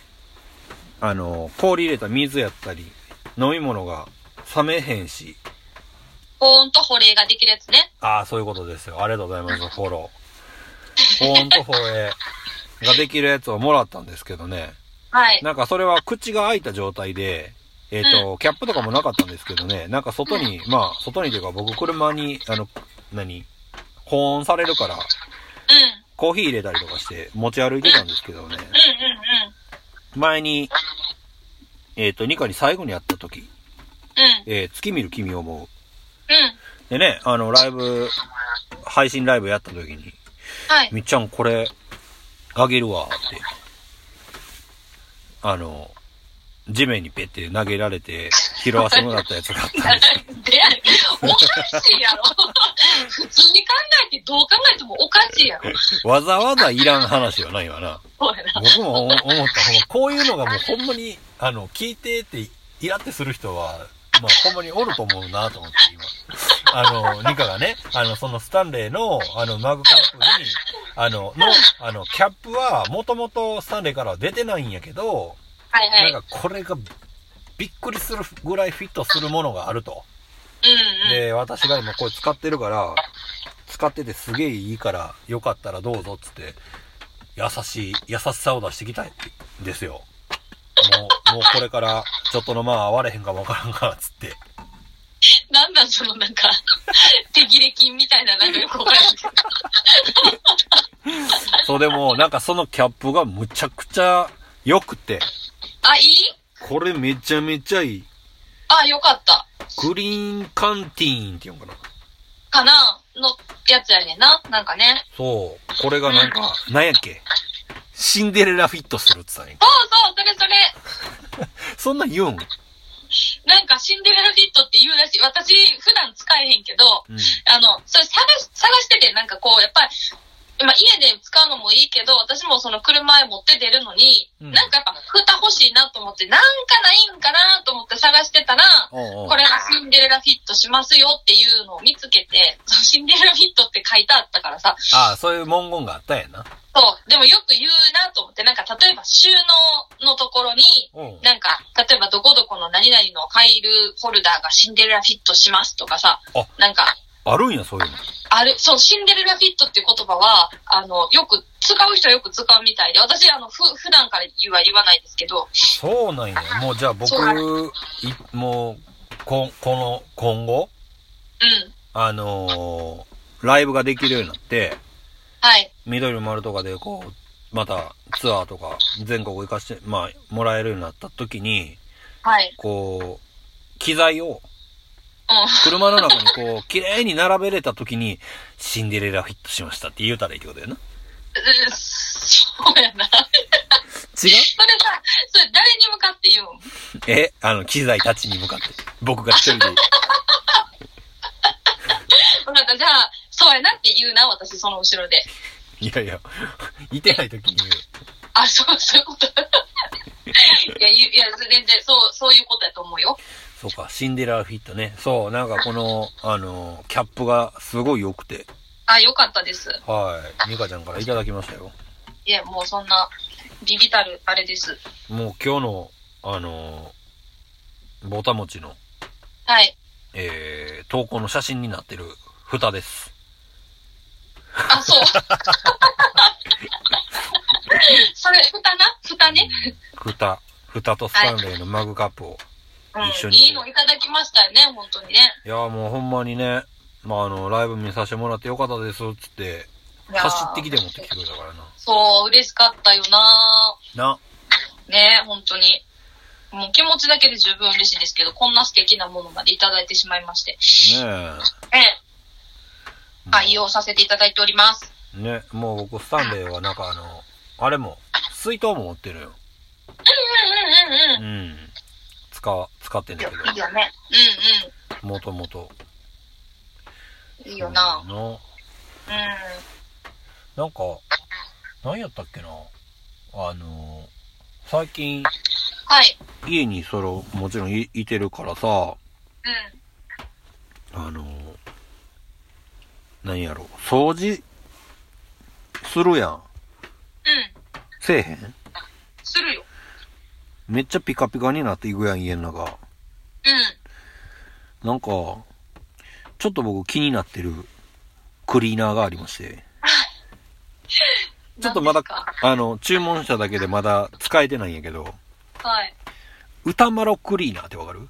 氷入れた水やったり、飲み物が冷めへんし。 保温と保冷ができるやつね。 そういうことですよ。ありがとうございます、フォロー。保温と保冷ができるやつをもらったんですけどね。 はい。 なんかそれは口が開いた状態で、キャップとかもなかったんですけどね、なんか外にというか僕車に、保温されるから、コーヒー入れたりとかして持ち歩いてたんですけどね。前に、ニカに最後に会った時、月見る君を思う。でね、配信ライブやった時に、みっちゃんこれ、 あげるわって。地面にペッて投げられて、拾わせてもらったやつがあったんです。 おかしいやろ。普通に考えて、どう考えてもおかしいやろ。 わざわざいらん話よな、今な。 そうやな。 僕も思った。こういうのがもうほんまに、聞いてってイラってする人は、まあほんまにおると思うなと思って、今。ニカがね、そのスタンレーの、マグカップに、キャップは、もともとスタンレーからは出てないんやけど、 はいはい。 なんかこれがびっくりするぐらいフィットするものがあると。 うんうん。 で、私が今これ使ってるから、使っててすげえいいから、よかったらどうぞっつって、優しさを出してきたいんですよ。もうこれから、ちょっとのまあ会われへんかもわからんからっつって。 なんだそのなんか、手切れ金みたいななんかよくわからんけど。 そうでも、なんかそのキャップがむちゃくちゃ良くて。 あ、いい？ これめちゃめちゃいい。 あ、よかった。 グリーンカンティーンって言うのかなかなのやつやねんな。なんかね。 そう。これがなんか、なんやっけシンデレラフィットするってさね。 そうそう、それ。 そんなん言うん？ なんかシンデレラフィットって言うらしい。私、普段使えへんけど、それ探してて、なんかこう、やっぱり、まあ、家で使うのもいいけど、私もその車へ持って出るのに、なんかやっぱ蓋欲しいなと思って、なんかないんかなと思って探してたら、これがシンデレラフィットしますよっていうのを見つけて、シンデレラフィットって書いてあったからさ。 ああ、そういう文言があったんやな。 そう。でもよく言うなと思って、なんか例えば収納のところに、なんか、例えばどこどこの何々のファイルホルダーがシンデレラフィットしますとかさ、なんか、 あるんや、そういうの。 そう、シンデレラフィットっていう言葉は、よく、使う人はよく使うみたいで、私、普段から言わないですけど。 そうなんや。もうじゃあ僕、もう、今後、ライブができるようになって、 はい。 緑の丸とかでこう、またツアーとか全国行かして、まあ、もらえるようになった時に、 はい。 こう、機材を、車の中にこう、綺麗に並べれた時に、シンデレラフィットしましたって言うたらいいってことやな。 そうやな。違う？それさ、それ誰に向かって言うん？ 機材たちに向かって。僕が一人で。 なんかじゃあ、そうやなって言うな、私、その後ろで。 いやいや、いてない時に言う。 あ、そういうこと。いや、全然、そういうことやと思うよ。 そうか、シンデレラフィットね。そう、なんかこの、キャップがすごい良くて。 あ、良かったです。 はい。ミカちゃんからいただきましたよ。 いや、もうそんな、ビビたる、あれです。 もう今日の、ぼたもちの、 はい。 投稿の写真になってる蓋です。 あ、そう。それ、蓋ね。 蓋とスタンレーのマグカップを一緒に、 いいのいただきましたよね、本当にね。 いや、もうほんまにね、まあライブ見させてもらってよかったです、つって、走ってきて持ってきてくれたからな。 そう、嬉しかったよな。 ね、本当に。もう気持ちだけで十分嬉しいですけど、こんな素敵なものまでいただいてしまいまして。 ねえ。愛用させていただいております。 ね、もう僕スタンレーはなんかあれも、水筒も持ってるよ。使ってんだけど。 いいよね。 もともと。 いいよな。 なんか、何やったっけな。最近、 はい。 家にもちろんいてるからさ、何やろ、掃除、するやん。せえへん？ するよ。 めっちゃピカピカになっていくやん、家の中。なんか、ちょっと僕気になってるクリーナーがありまして。ちょっとまだ、注文しただけでまだ使えてないんやけど。 はい。 歌マロクリーナーってわかる？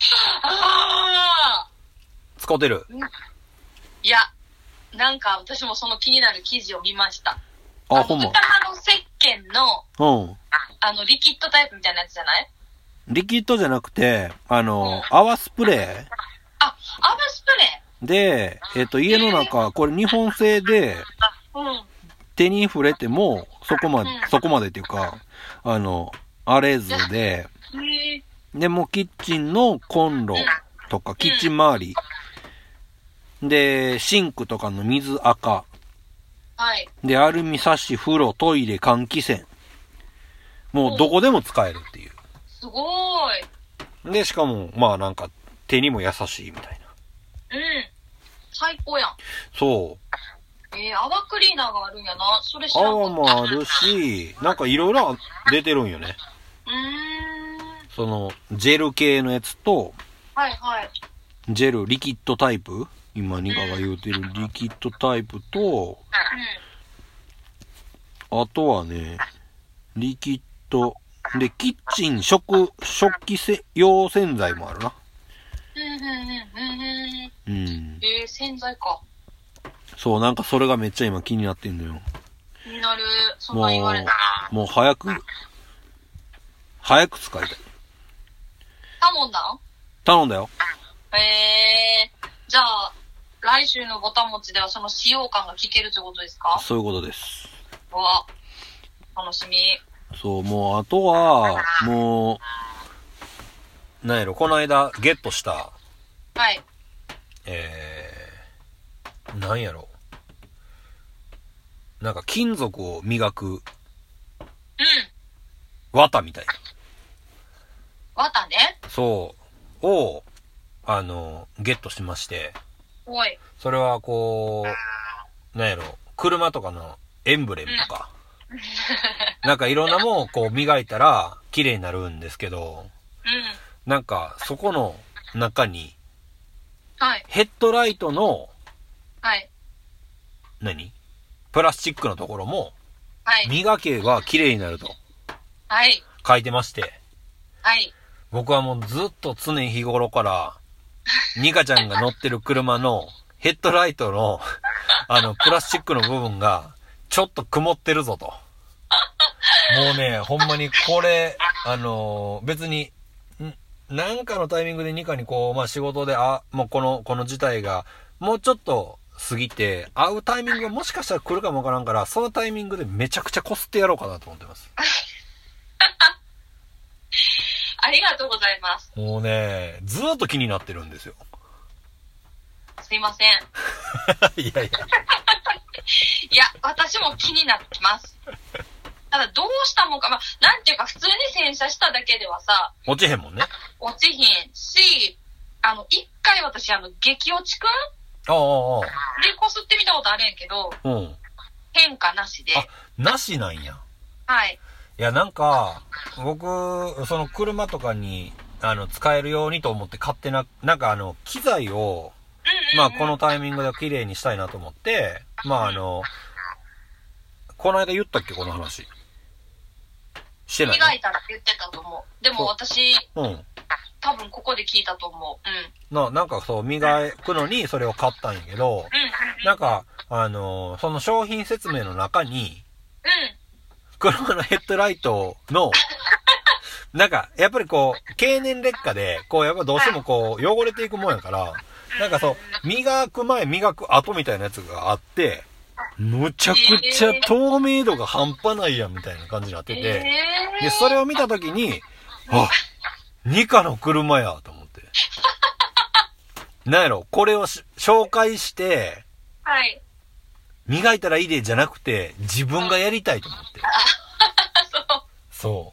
使ってる？ いや、なんか私もその気になる記事を見ました。 あ、ほんま。 歌マロ石鹸の、リキッドタイプみたいなやつじゃない？ リキッドじゃなくて、泡スプレー。 あ、泡スプレーで、家の中、これ日本製で、手に触れても、 そこまでっていうか、あれずで、で、もうキッチンのコンロとか、キッチン周り、で、シンクとかの水垢、 はい。 で、アルミサッシ、風呂、トイレ、換気扇。もうどこでも使えるっていう。 すごーい。で、しかも、まあなんか、手にも優しいみたいな。 うん。最高やん。 そう。 泡クリーナーがあるんやな。それ知らんかった。 泡もあるし、なんかいろいろ出てるんよね。その、ジェル系のやつと、 はいはい。 ジェル、リキッドタイプ今、ニカが言うてるリキッドタイプと、あとはね、リキッド、で、キッチン食器用洗剤もあるな。 洗剤か。 そう、なんかそれがめっちゃ今気になってんのよ。 気になる。そんな言われたら。 もう早く使いたい。頼んだよ。 じゃあ、来週のぼたもちではその使用感が聞けるということですか？ そういうことです。 わ、楽しみ。 そう、もうあとは、もう、なんやろ、この間ゲットした、 はい。 なんやろ。なんか金属を磨く、綿みたいな。 綿ね。 そう、を、ゲットしまして。 おい。 それはこう、なんやろ、車とかのエンブレムとか、なんかいろんなもんをこう磨いたら綺麗になるんですけど、なんかそこの中に、ヘッドライトの、プラスチックのところも、磨けば綺麗になると、書いてまして、僕はもうずっと常日頃から、ニカちゃんが乗ってる車のヘッドライトの、プラスチックの部分が、ちょっと曇ってるぞと。もうね、ほんまにこれ、別に、なんかのタイミングでニカにこう、まあ仕事で、もうこの事態が、もうちょっと過ぎて、会うタイミングがもしかしたら来るかもわからんから、そのタイミングでめちゃくちゃこすってやろうかなと思ってます。 ありがとうございます。 もうね、ずーっと気になってるんですよ。 すいません。 いや。 いや、私も気になってます。ただどうしたもんか、まあ、なんていうか普通に洗車しただけではさ、 落ちへんもんね。 落ちひんし、一回私激落ちくんでこすってみたことあるんやけど、変化なしで。 なしなんや。 はい。 いや、なんか、僕、その車とかに、使えるようにと思って買ってなんか機材を、まあ、このタイミングで綺麗にしたいなと思って、まあ、この間言ったっけ、この話。してない。 磨いたら言ってたと思う。でも私、多分ここで聞いたと思う。なんかそう、磨くのにそれを買ったんやけど、なんか、その商品説明の中に、車のヘッドライトの、なんか、やっぱりこう、経年劣化で、こう、やっぱどうしてもこう、汚れていくもんやから、なんかそう、磨く前、磨く後みたいなやつがあって、むちゃくちゃ透明度が半端ないやんみたいな感じになってて、で、それを見たときに、ニカの車やと思って。なんやろ、これを紹介して、磨いたらいいでじゃなくて、自分がやりたいと思って。そう。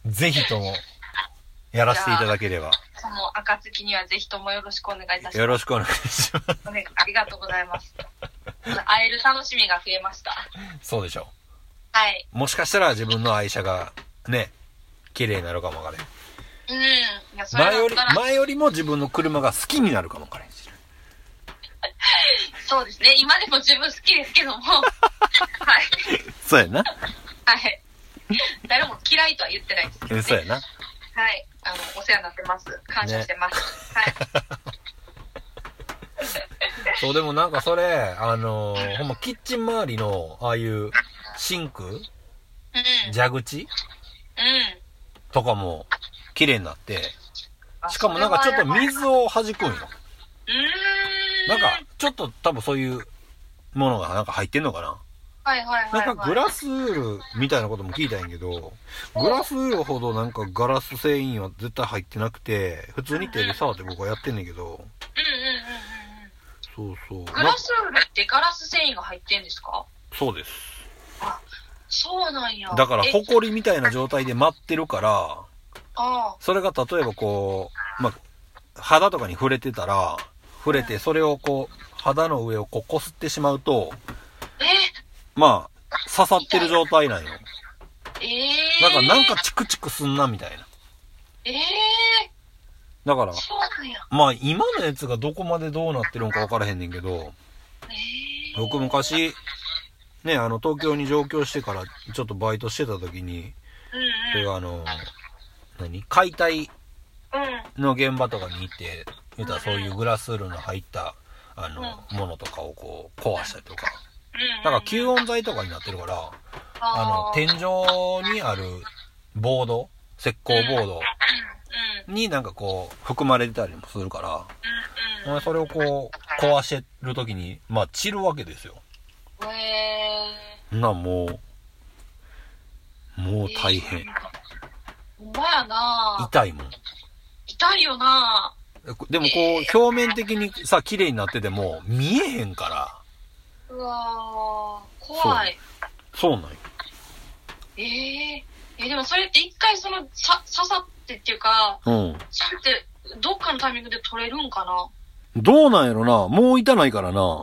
ぜひとも、やらせていただければ。 その暁にはぜひともよろしくお願いいたします。 よろしくお願いします。 ありがとうございます。会える楽しみが増えました。 そうでしょ。 はい。 もしかしたら自分の愛車が、ね、綺麗になるかもわからへん。 いやそれだったら前よりも自分の車が好きになるかもわからへんし。 そうですね。今でも自分好きですけども。はい。 そうやな。 はい。誰も嫌いとは言ってないですけど、ね。 そうやな。 はい。お世話になってます。感謝してます。ね、はい。 そう、でもなんかそれ、ほんまキッチン周りの、ああいうシンク、蛇口とかも綺麗になって、しかもなんかちょっと水を弾くんよ。なんか、ちょっと多分そういうものがなんか入ってんのかな。 はいはいはい、はい。 なんかグラスウールみたいなことも聞いたんやけど、グラスウールほどなんかガラス製品は絶対入ってなくて、普通に手で触って僕はやってんねんけど。 うんうんうんうん。 そうそう。 グラスウールってガラス繊維が入ってんですか？ そうです。 あ、そうなんや。 だから、ホコリみたいな状態で舞ってるから、それが例えばこう、まあ、肌とかに触れてたら、触れて、それをこう、肌の上をこう、擦ってしまうと、まあ、刺さってる状態なんよ。なんかチクチクすんな、みたいな。だから、まあ、今のやつがどこまでどうなってるんか分からへんねんけど、僕昔、ね、東京に上京してから、ちょっとバイトしてた時に、それが解体の現場とかに行って、言うたらそういうグラスウールの入った、ものとかをこう、壊したりとか。だから吸音材とかになってるから、天井にあるボード、石膏ボードになんかこう、含まれてたりもするから、それをこう、壊してる時に、まあ、散るわけですよ。もう大変。 ほんまやな。 痛いもん。 痛いよな。 でもこう、表面的にさ、綺麗になってても、見えへんから。 うわー、怖い。 そうなんよ。 でもそれって一回刺さってっていうか、それってどっかのタイミングで取れるんかな？ どうなんやろな。もう痛ないからな。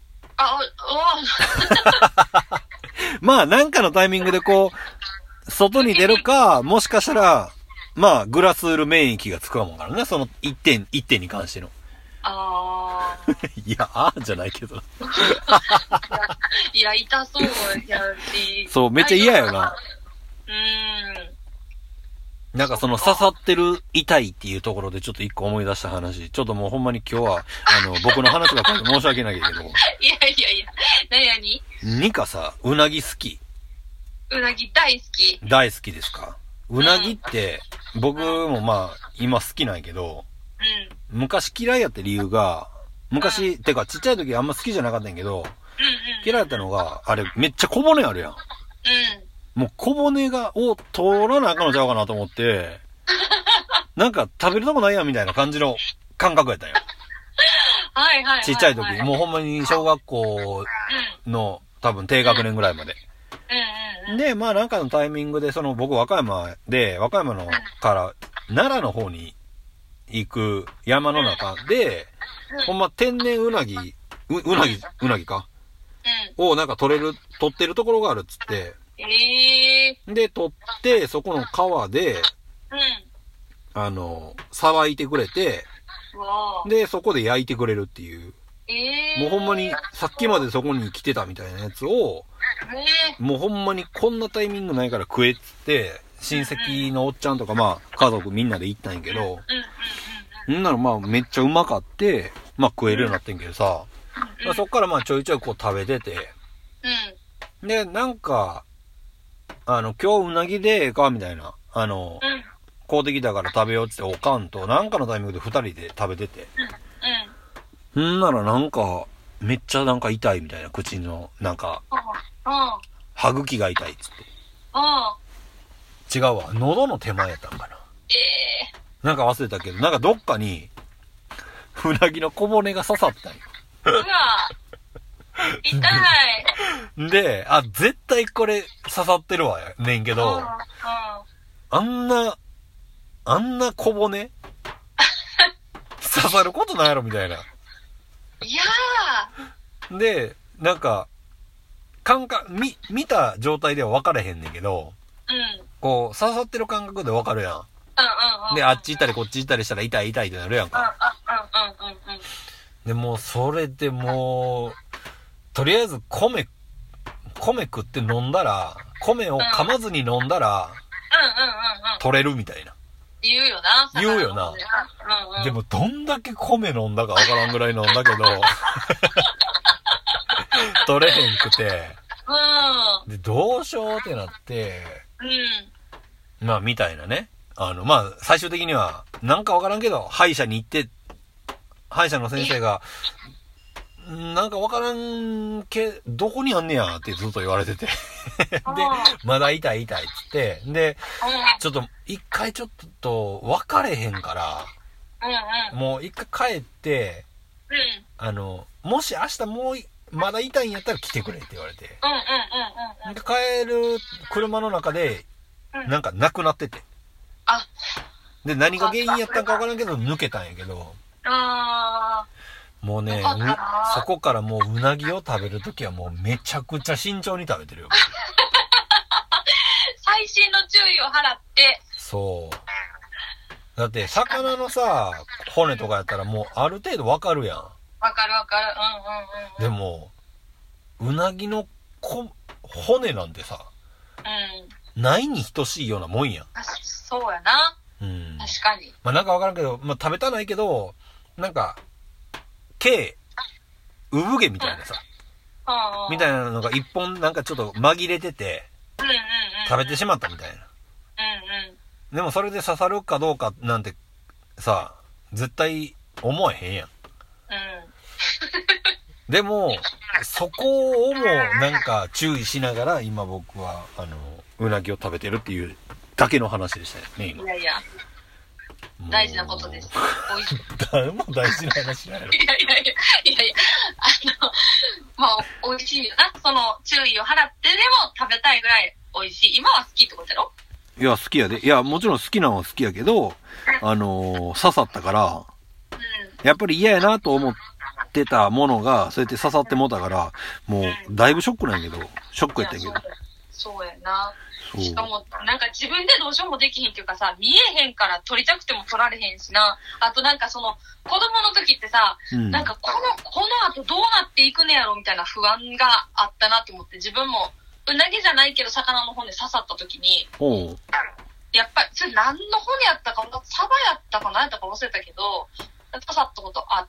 まあ、なんかのタイミングでこう、外に出るか、もしかしたら、まあ、グラスウール免疫がつくかもからね、その一点に関しての。いや、じゃないけど。 いや、痛そうやし。 そう、めっちゃ嫌よな。なんかその刺さってる痛いっていうところでちょっと一個思い出した話。ちょっともうほんまに今日は、僕の話ばっかりで申し訳ないけど。いや、何ニカさ、うなぎ好き？ うなぎ大好き。 大好きですか？うなぎって、僕もまあ、今好きなんやけど、昔嫌いやった理由が、てかちっちゃい時あんま好きじゃなかったんやけど、嫌いやったのが、あれめっちゃ小骨あるやん。もう小骨を通らなあかんのちゃうかなと思って、なんか食べるとこないやんみたいな感じの感覚やったんよ。ちっちゃい時、もうほんまに小学校の多分低学年ぐらいまで。で、まあなんかのタイミングで、僕和歌山のから奈良の方に行く山の中で、ほんま天然うなぎかをなんか取ってるところがあるっつって、で、取って、そこの川で、さばいてくれて、で、そこで焼いてくれるっていう。もうほんまに、さっきまでそこに来てたみたいなやつを、もうほんまにこんなタイミングないから食えっつって、親戚のおっちゃんとかまあ、家族みんなで行ったんやけど、んならまあ、めっちゃうまかって、まあ食えるようになってんけどさ、そっからまあちょいちょいこう食べてて、で、なんか、今日うなぎでええかみたいな。買うてきたから食べようっておかんと、なんかのタイミングで二人で食べてて。んならなんか、めっちゃなんか痛いみたいな、口の、なんか、歯茎が痛いっつって。違うわ、喉の手前やったんかな。なんか忘れたけど、なんかどっかに、うなぎの小骨が刺さったんよ。 痛い。で、絶対これ刺さってるわねんけど、あんな小骨刺さることないやろみたいな。で、なんか、見た状態では分からへんねんけど、こう、刺さってる感覚で分かるやん。で、あっち行ったりこっち行ったりしたら痛いってなるやんか。で、もうそれでもう、とりあえず米食って飲んだら、米を噛まずに飲んだら、取れるみたいな。 言うよな。 でもどんだけ米飲んだかわからんぐらい飲んだけど、取れへんくて、で、どうしようってなって、まあみたいなね。まあ最終的には、なんかわからんけど、歯医者に行って、歯医者の先生が、 なんかわからんどこにあんねやってずっと言われてて。で、まだ痛いっつって、で、ちょっと、一回ちょっと分かれへんから、もう一回帰って、もし明日まだ痛いんやったら来てくれって言われて。で、帰る車の中で、なんかなくなってて。で、何が原因やったんかわからんけど、抜けたんやけど。もうね、そこからもううなぎを食べるときはもうめちゃくちゃ慎重に食べてるよ。 細心の注意を払って。 そう。だって、魚のさ、骨とかやったらもうある程度わかるやん。 わかる。 でも、うなぎの骨なんてさ、ないに等しいようなもんやん。 そうやな。確かに。 まあなんかわからんけど、まあ食べたないけど、なんか、産毛みたいなさ、みたいなのが一本なんかちょっと紛れてて、食べてしまったみたいな。でもそれで刺さるかどうかなんてさ、絶対思えへんやん。でも、そこをもなんか注意しながら今僕はうなぎを食べてるっていうだけの話でしたよね、今。 いやいや。大事なことです。 誰も大事な話なの。 いや。まあ、美味しいよな。その、注意を払ってでも食べたいぐらい美味しい。今は好きってことやろ？ いや、好きやで。いや、もちろん好きなのは好きやけど、刺さったから、やっぱり嫌やなと思ってたものが、そうやって刺さってもたから、もう、だいぶショックなんやけど、ショックやったんやけど。 そうやな。しかも、なんか自分でどうしようもできへんっていうかさ、見えへんから撮りたくても撮られへんしな。あとなんかその、子供の時ってさ、なんかこの後どうなっていくねやろみたいな不安があったなと思って、自分も、うなぎじゃないけど魚の骨刺さった時に、やっぱり、それ何の骨やったか、サバやったか何やったか忘れたけど、刺さったことあって、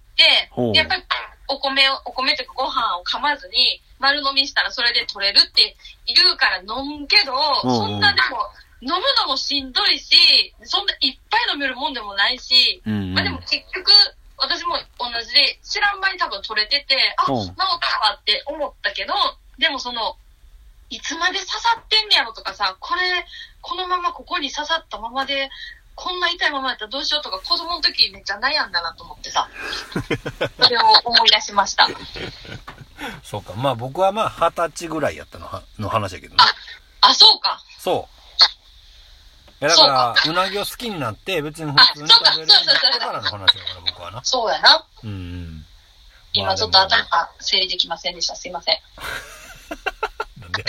やっぱりお米というかご飯を噛まずに丸飲みしたらそれで取れるって言うから飲むけど、そんなでも飲むのもしんどいし、そんないっぱい飲めるもんでもないし、まあでも結局私も同じで知らん間に多分取れてて、治ったわって思ったけど、でもその、いつまで刺さってんねやろとかさ、このままここに刺さったままで、こんな痛いままやったらどうしようとか子供の時めっちゃ悩んだなと思ってさ、それを思い出しました。 そうか。まあ僕はまあ20歳ぐらいやったの話やけどね。 そうか。 そう。だから、うなぎを好きになって別に普通に食べるようになったからの話だから僕はな。 そうやな。今ちょっと頭が整理できませんでした。すいません。 なんで謝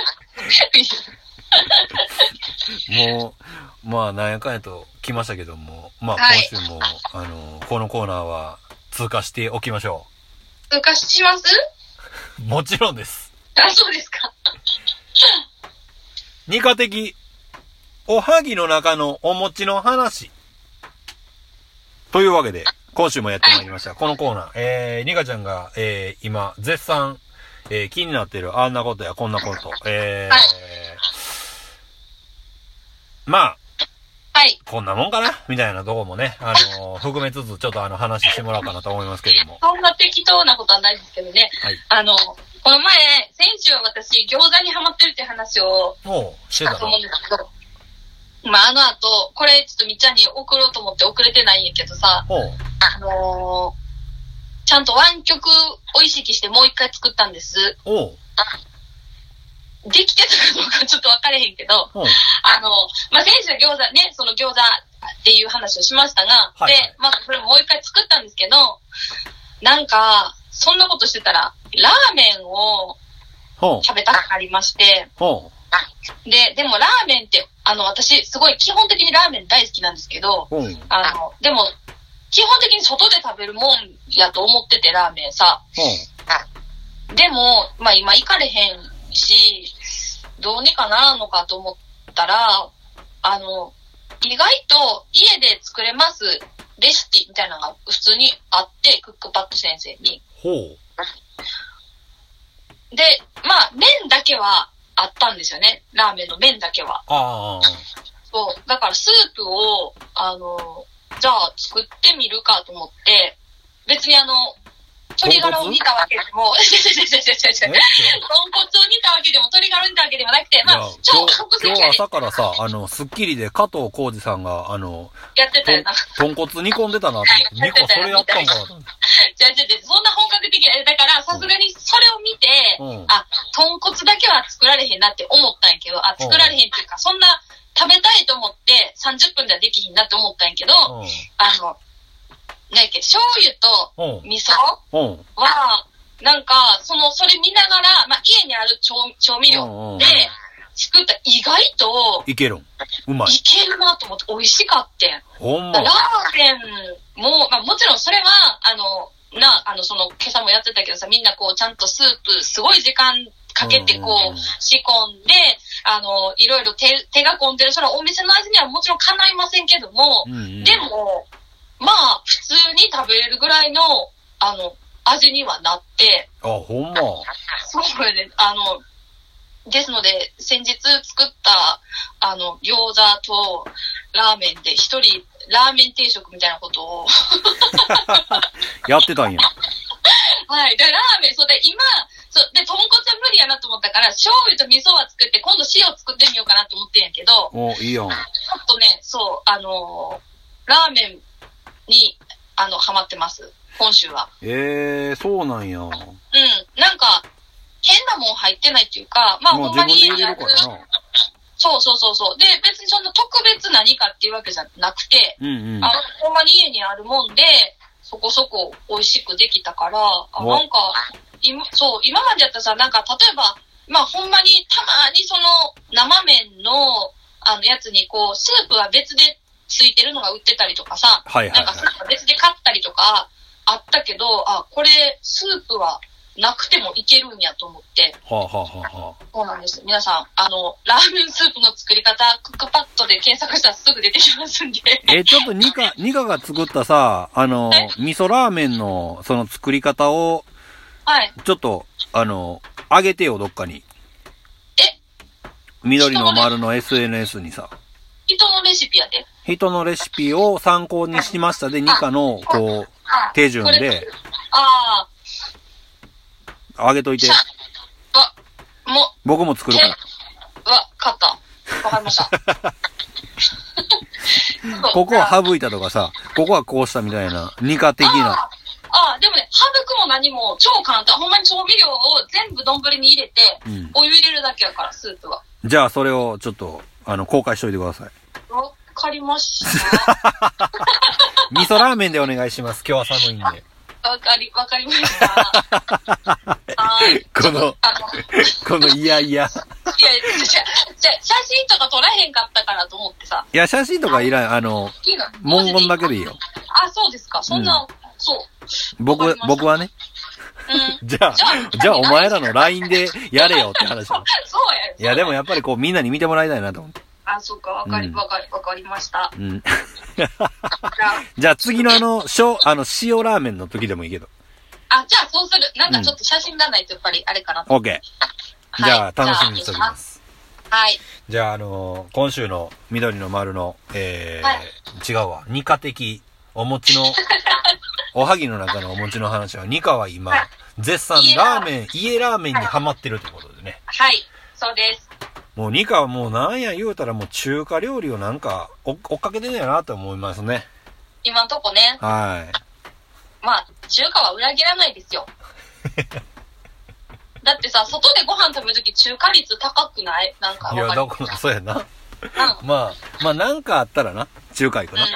ってんの？もう、まあなんやかんやと来ましたけども、まあ今週も、このコーナーは通過しておきましょう。通過します？ もちろんです。 そうですか。 二課的、おはぎの中のお餅の話。というわけで、今週もやってまいりました。このコーナー、ニカちゃんが、今、絶賛、気になっているあんなことやこんなこと、まあ、こんなもんかなみたいなとこもね、含めつつちょっと話してもらおうかなと思いますけども。 そんな適当なことはないですけどね。この前、先週は私、餃子にハマってるって話をしたと思うんですけど、まあ後、これちょっとみっちゃんに送ろうと思って送れてないんやけどさ、ちゃんと湾曲を意識してもう一回作ったんです。できてたかどうかちょっと分かれへんけど、まあ、先週餃子ね、その餃子っていう話をしましたが、で、まあ、これもう一回作ったんですけど、なんか、そんなことしてたら、ラーメンを食べたくなりまして、でもラーメンって、私、すごい基本的にラーメン大好きなんですけど、でも、基本的に外で食べるもんやと思ってて、ラーメンさ。でも、まあ今行かれへんし、どうにかならんのかと思ったら、意外と家で作れますレシピみたいなのが普通にあって、クックパッド先生に。で、まあ麺だけはあったんですよね。ラーメンの麺だけは。そう。だからスープを、じゃあ作ってみるかと思って、別に鶏ガラを煮たわけでも、豚骨を煮たわけでも、鶏ガラを煮たわけでもなくて、まあ、超特今日朝からさ、スッキリで加藤浩次さんが、 やってたよな。 豚骨煮込んでたなと思って。2個それやったんかなと思って。 そんな本格的な、だから、さすがにそれを見て、豚骨だけは作られへんなって思ったんやけど、作られへんっていうか、そんな食べたいと思って30分ではできひんなって思ったんやけど、なんやっけ、醤油と味噌は、なんか、それ見ながら、まあ、家にある調味料で作った意外と、 いけるん。うまい。 いけるなと思って美味しかってん。 ほんま。 ラーメンも、まあ、もちろんそれは、今朝もやってたけどさ、みんなこう、ちゃんとスープ、すごい時間かけてこう、仕込んで、いろいろ手が込んでる、それはお店の味にはもちろん叶いませんけども、でも、まあ、普通に食べれるぐらいの、味にはなって。 ほんま。 そうね。ですので、先日作った、餃子とラーメンで一人、ラーメン定食みたいなことを。 やってたんや。 はい。で、ラーメン、で、で、豚骨は無理やなと思ったから、醤油と味噌は作って、今度塩作ってみようかなと思ってんやけど。 いいやん。 ちょっとね、ラーメンに、ハマってます。今週は。 そうなんや。 なんか、変なもん入ってないっていうか、まあほんまに家にある。そう。で、別にそんな特別何かっていうわけじゃなくて、ほんまに家にあるもんで、そこそこ美味しくできたから、なんか、今までやったらさ、なんか例えば、まあほんまにたまに生麺の、やつにこう、スープは別でついてるのが売ってたりとかさ、なんかスープは別で買ったりとかあったけど、これ、スープはなくてもいけるんやと思って。そうなんです。皆さん、ラーメンスープの作り方、クックパッドで検索したらすぐ出てきますんで。 ちょっとニカが作ったさ、味噌ラーメンの、その作り方を、 はい。 ちょっと、あげてよ、どっかに。緑の丸の SNS にさ。 人のレシピやで。 人のレシピを参考にしましたで、ニカの、こう、手順で。あげといて。僕も作るから。 買った。わかりました。 ここは省いたとかさ、ここはこうしたみたいな、ニカ的な。 でもね、省くも何も超簡単。ほんまに調味料を全部丼に入れて、お湯入れるだけやから、スープは。 じゃあ、それをちょっと、公開しといてください。 わかりました。 味噌ラーメンでお願いします。今日は寒いんで。 わかりました。 このいや。 じゃあ、写真とか撮らへんかったからと思ってさ。 いや、写真とかいらん。文言だけでいいよ。 そうですか。そんな、そう。 僕はね。じゃあお前らの LINE でやれよって話だ。 そうや。 いや、でもやっぱりこうみんなに見てもらいたいなと思って。 そうか。わかりました。 じゃあ次の塩ラーメンの時でもいいけど。 じゃあそうする。なんかちょっと写真がないとやっぱりあれかなと。 OK。じゃあ楽しみにしております。 はい。 じゃあ今週の緑の丸の、違うわ。ニカ的お餅の、おはぎの中のお餅の話は、ニカは今、絶賛家ラーメンにハマってるということでね。 はい、そうです。 もうニカはもうなんや言うたらもう中華料理をなんか追っかけてんやなと思いますね。 今んとこね。 はい。 まあ、中華は裏切らないですよ。だってさ、外でご飯食べるとき中華率高くない？なんか。 いや、だからそうやな。まあなんかあったらな、中華行くな。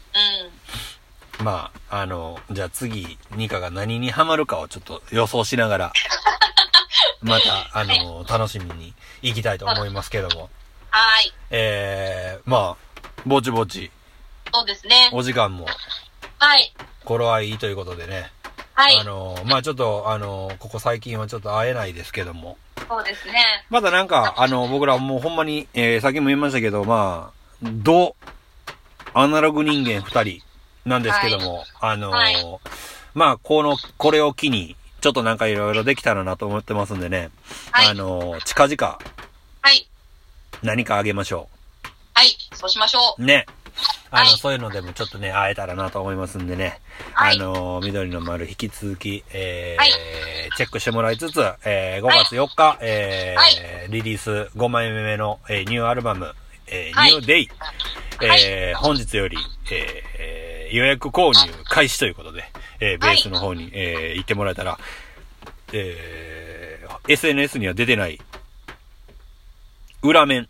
まあ、じゃあ次、ニカが何にハマるかをちょっと予想しながら、また、楽しみに行きたいと思いますけども。 はい。 まあ、ぼちぼち。 そうですね。 お時間も。 はい。 頃合いということでね。 はい。 まあちょっと、ここ最近はちょっと会えないですけども。 そうですね。 まだなんか、僕らもうほんまに、さっきも言いましたけど、まあ、アナログ人間二人なんですけども、まあ、これを機に、ちょっとなんかいろいろできたらなと思ってますんでね。はい。近々。 はい。 何かあげましょう。はい。そうしましょう。 ね。 そういうのでもちょっとね、会えたらなと思いますんでね。緑の丸引き続き、チェックしてもらいつつ、5月4日、リリース5枚目の、ニューアルバム、ニューデイ、本日より、予約購入開始ということで、ベースの方に、行ってもらえたら、SNS には出てない裏面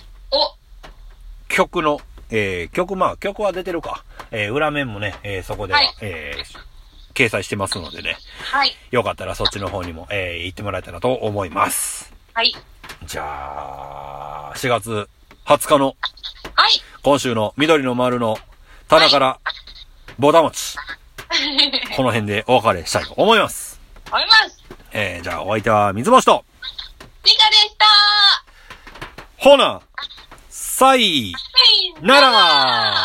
曲の、曲は出てるか、裏面もね、そこでは、掲載してますのでね、よかったらそっちの方にも、行ってもらえたらと思います。じゃあ4月20日の、今週の緑の丸の棚からぼたもち、この辺でお別れしたいと思います。じゃあお相手は水星とリカでした。 ほなさいなら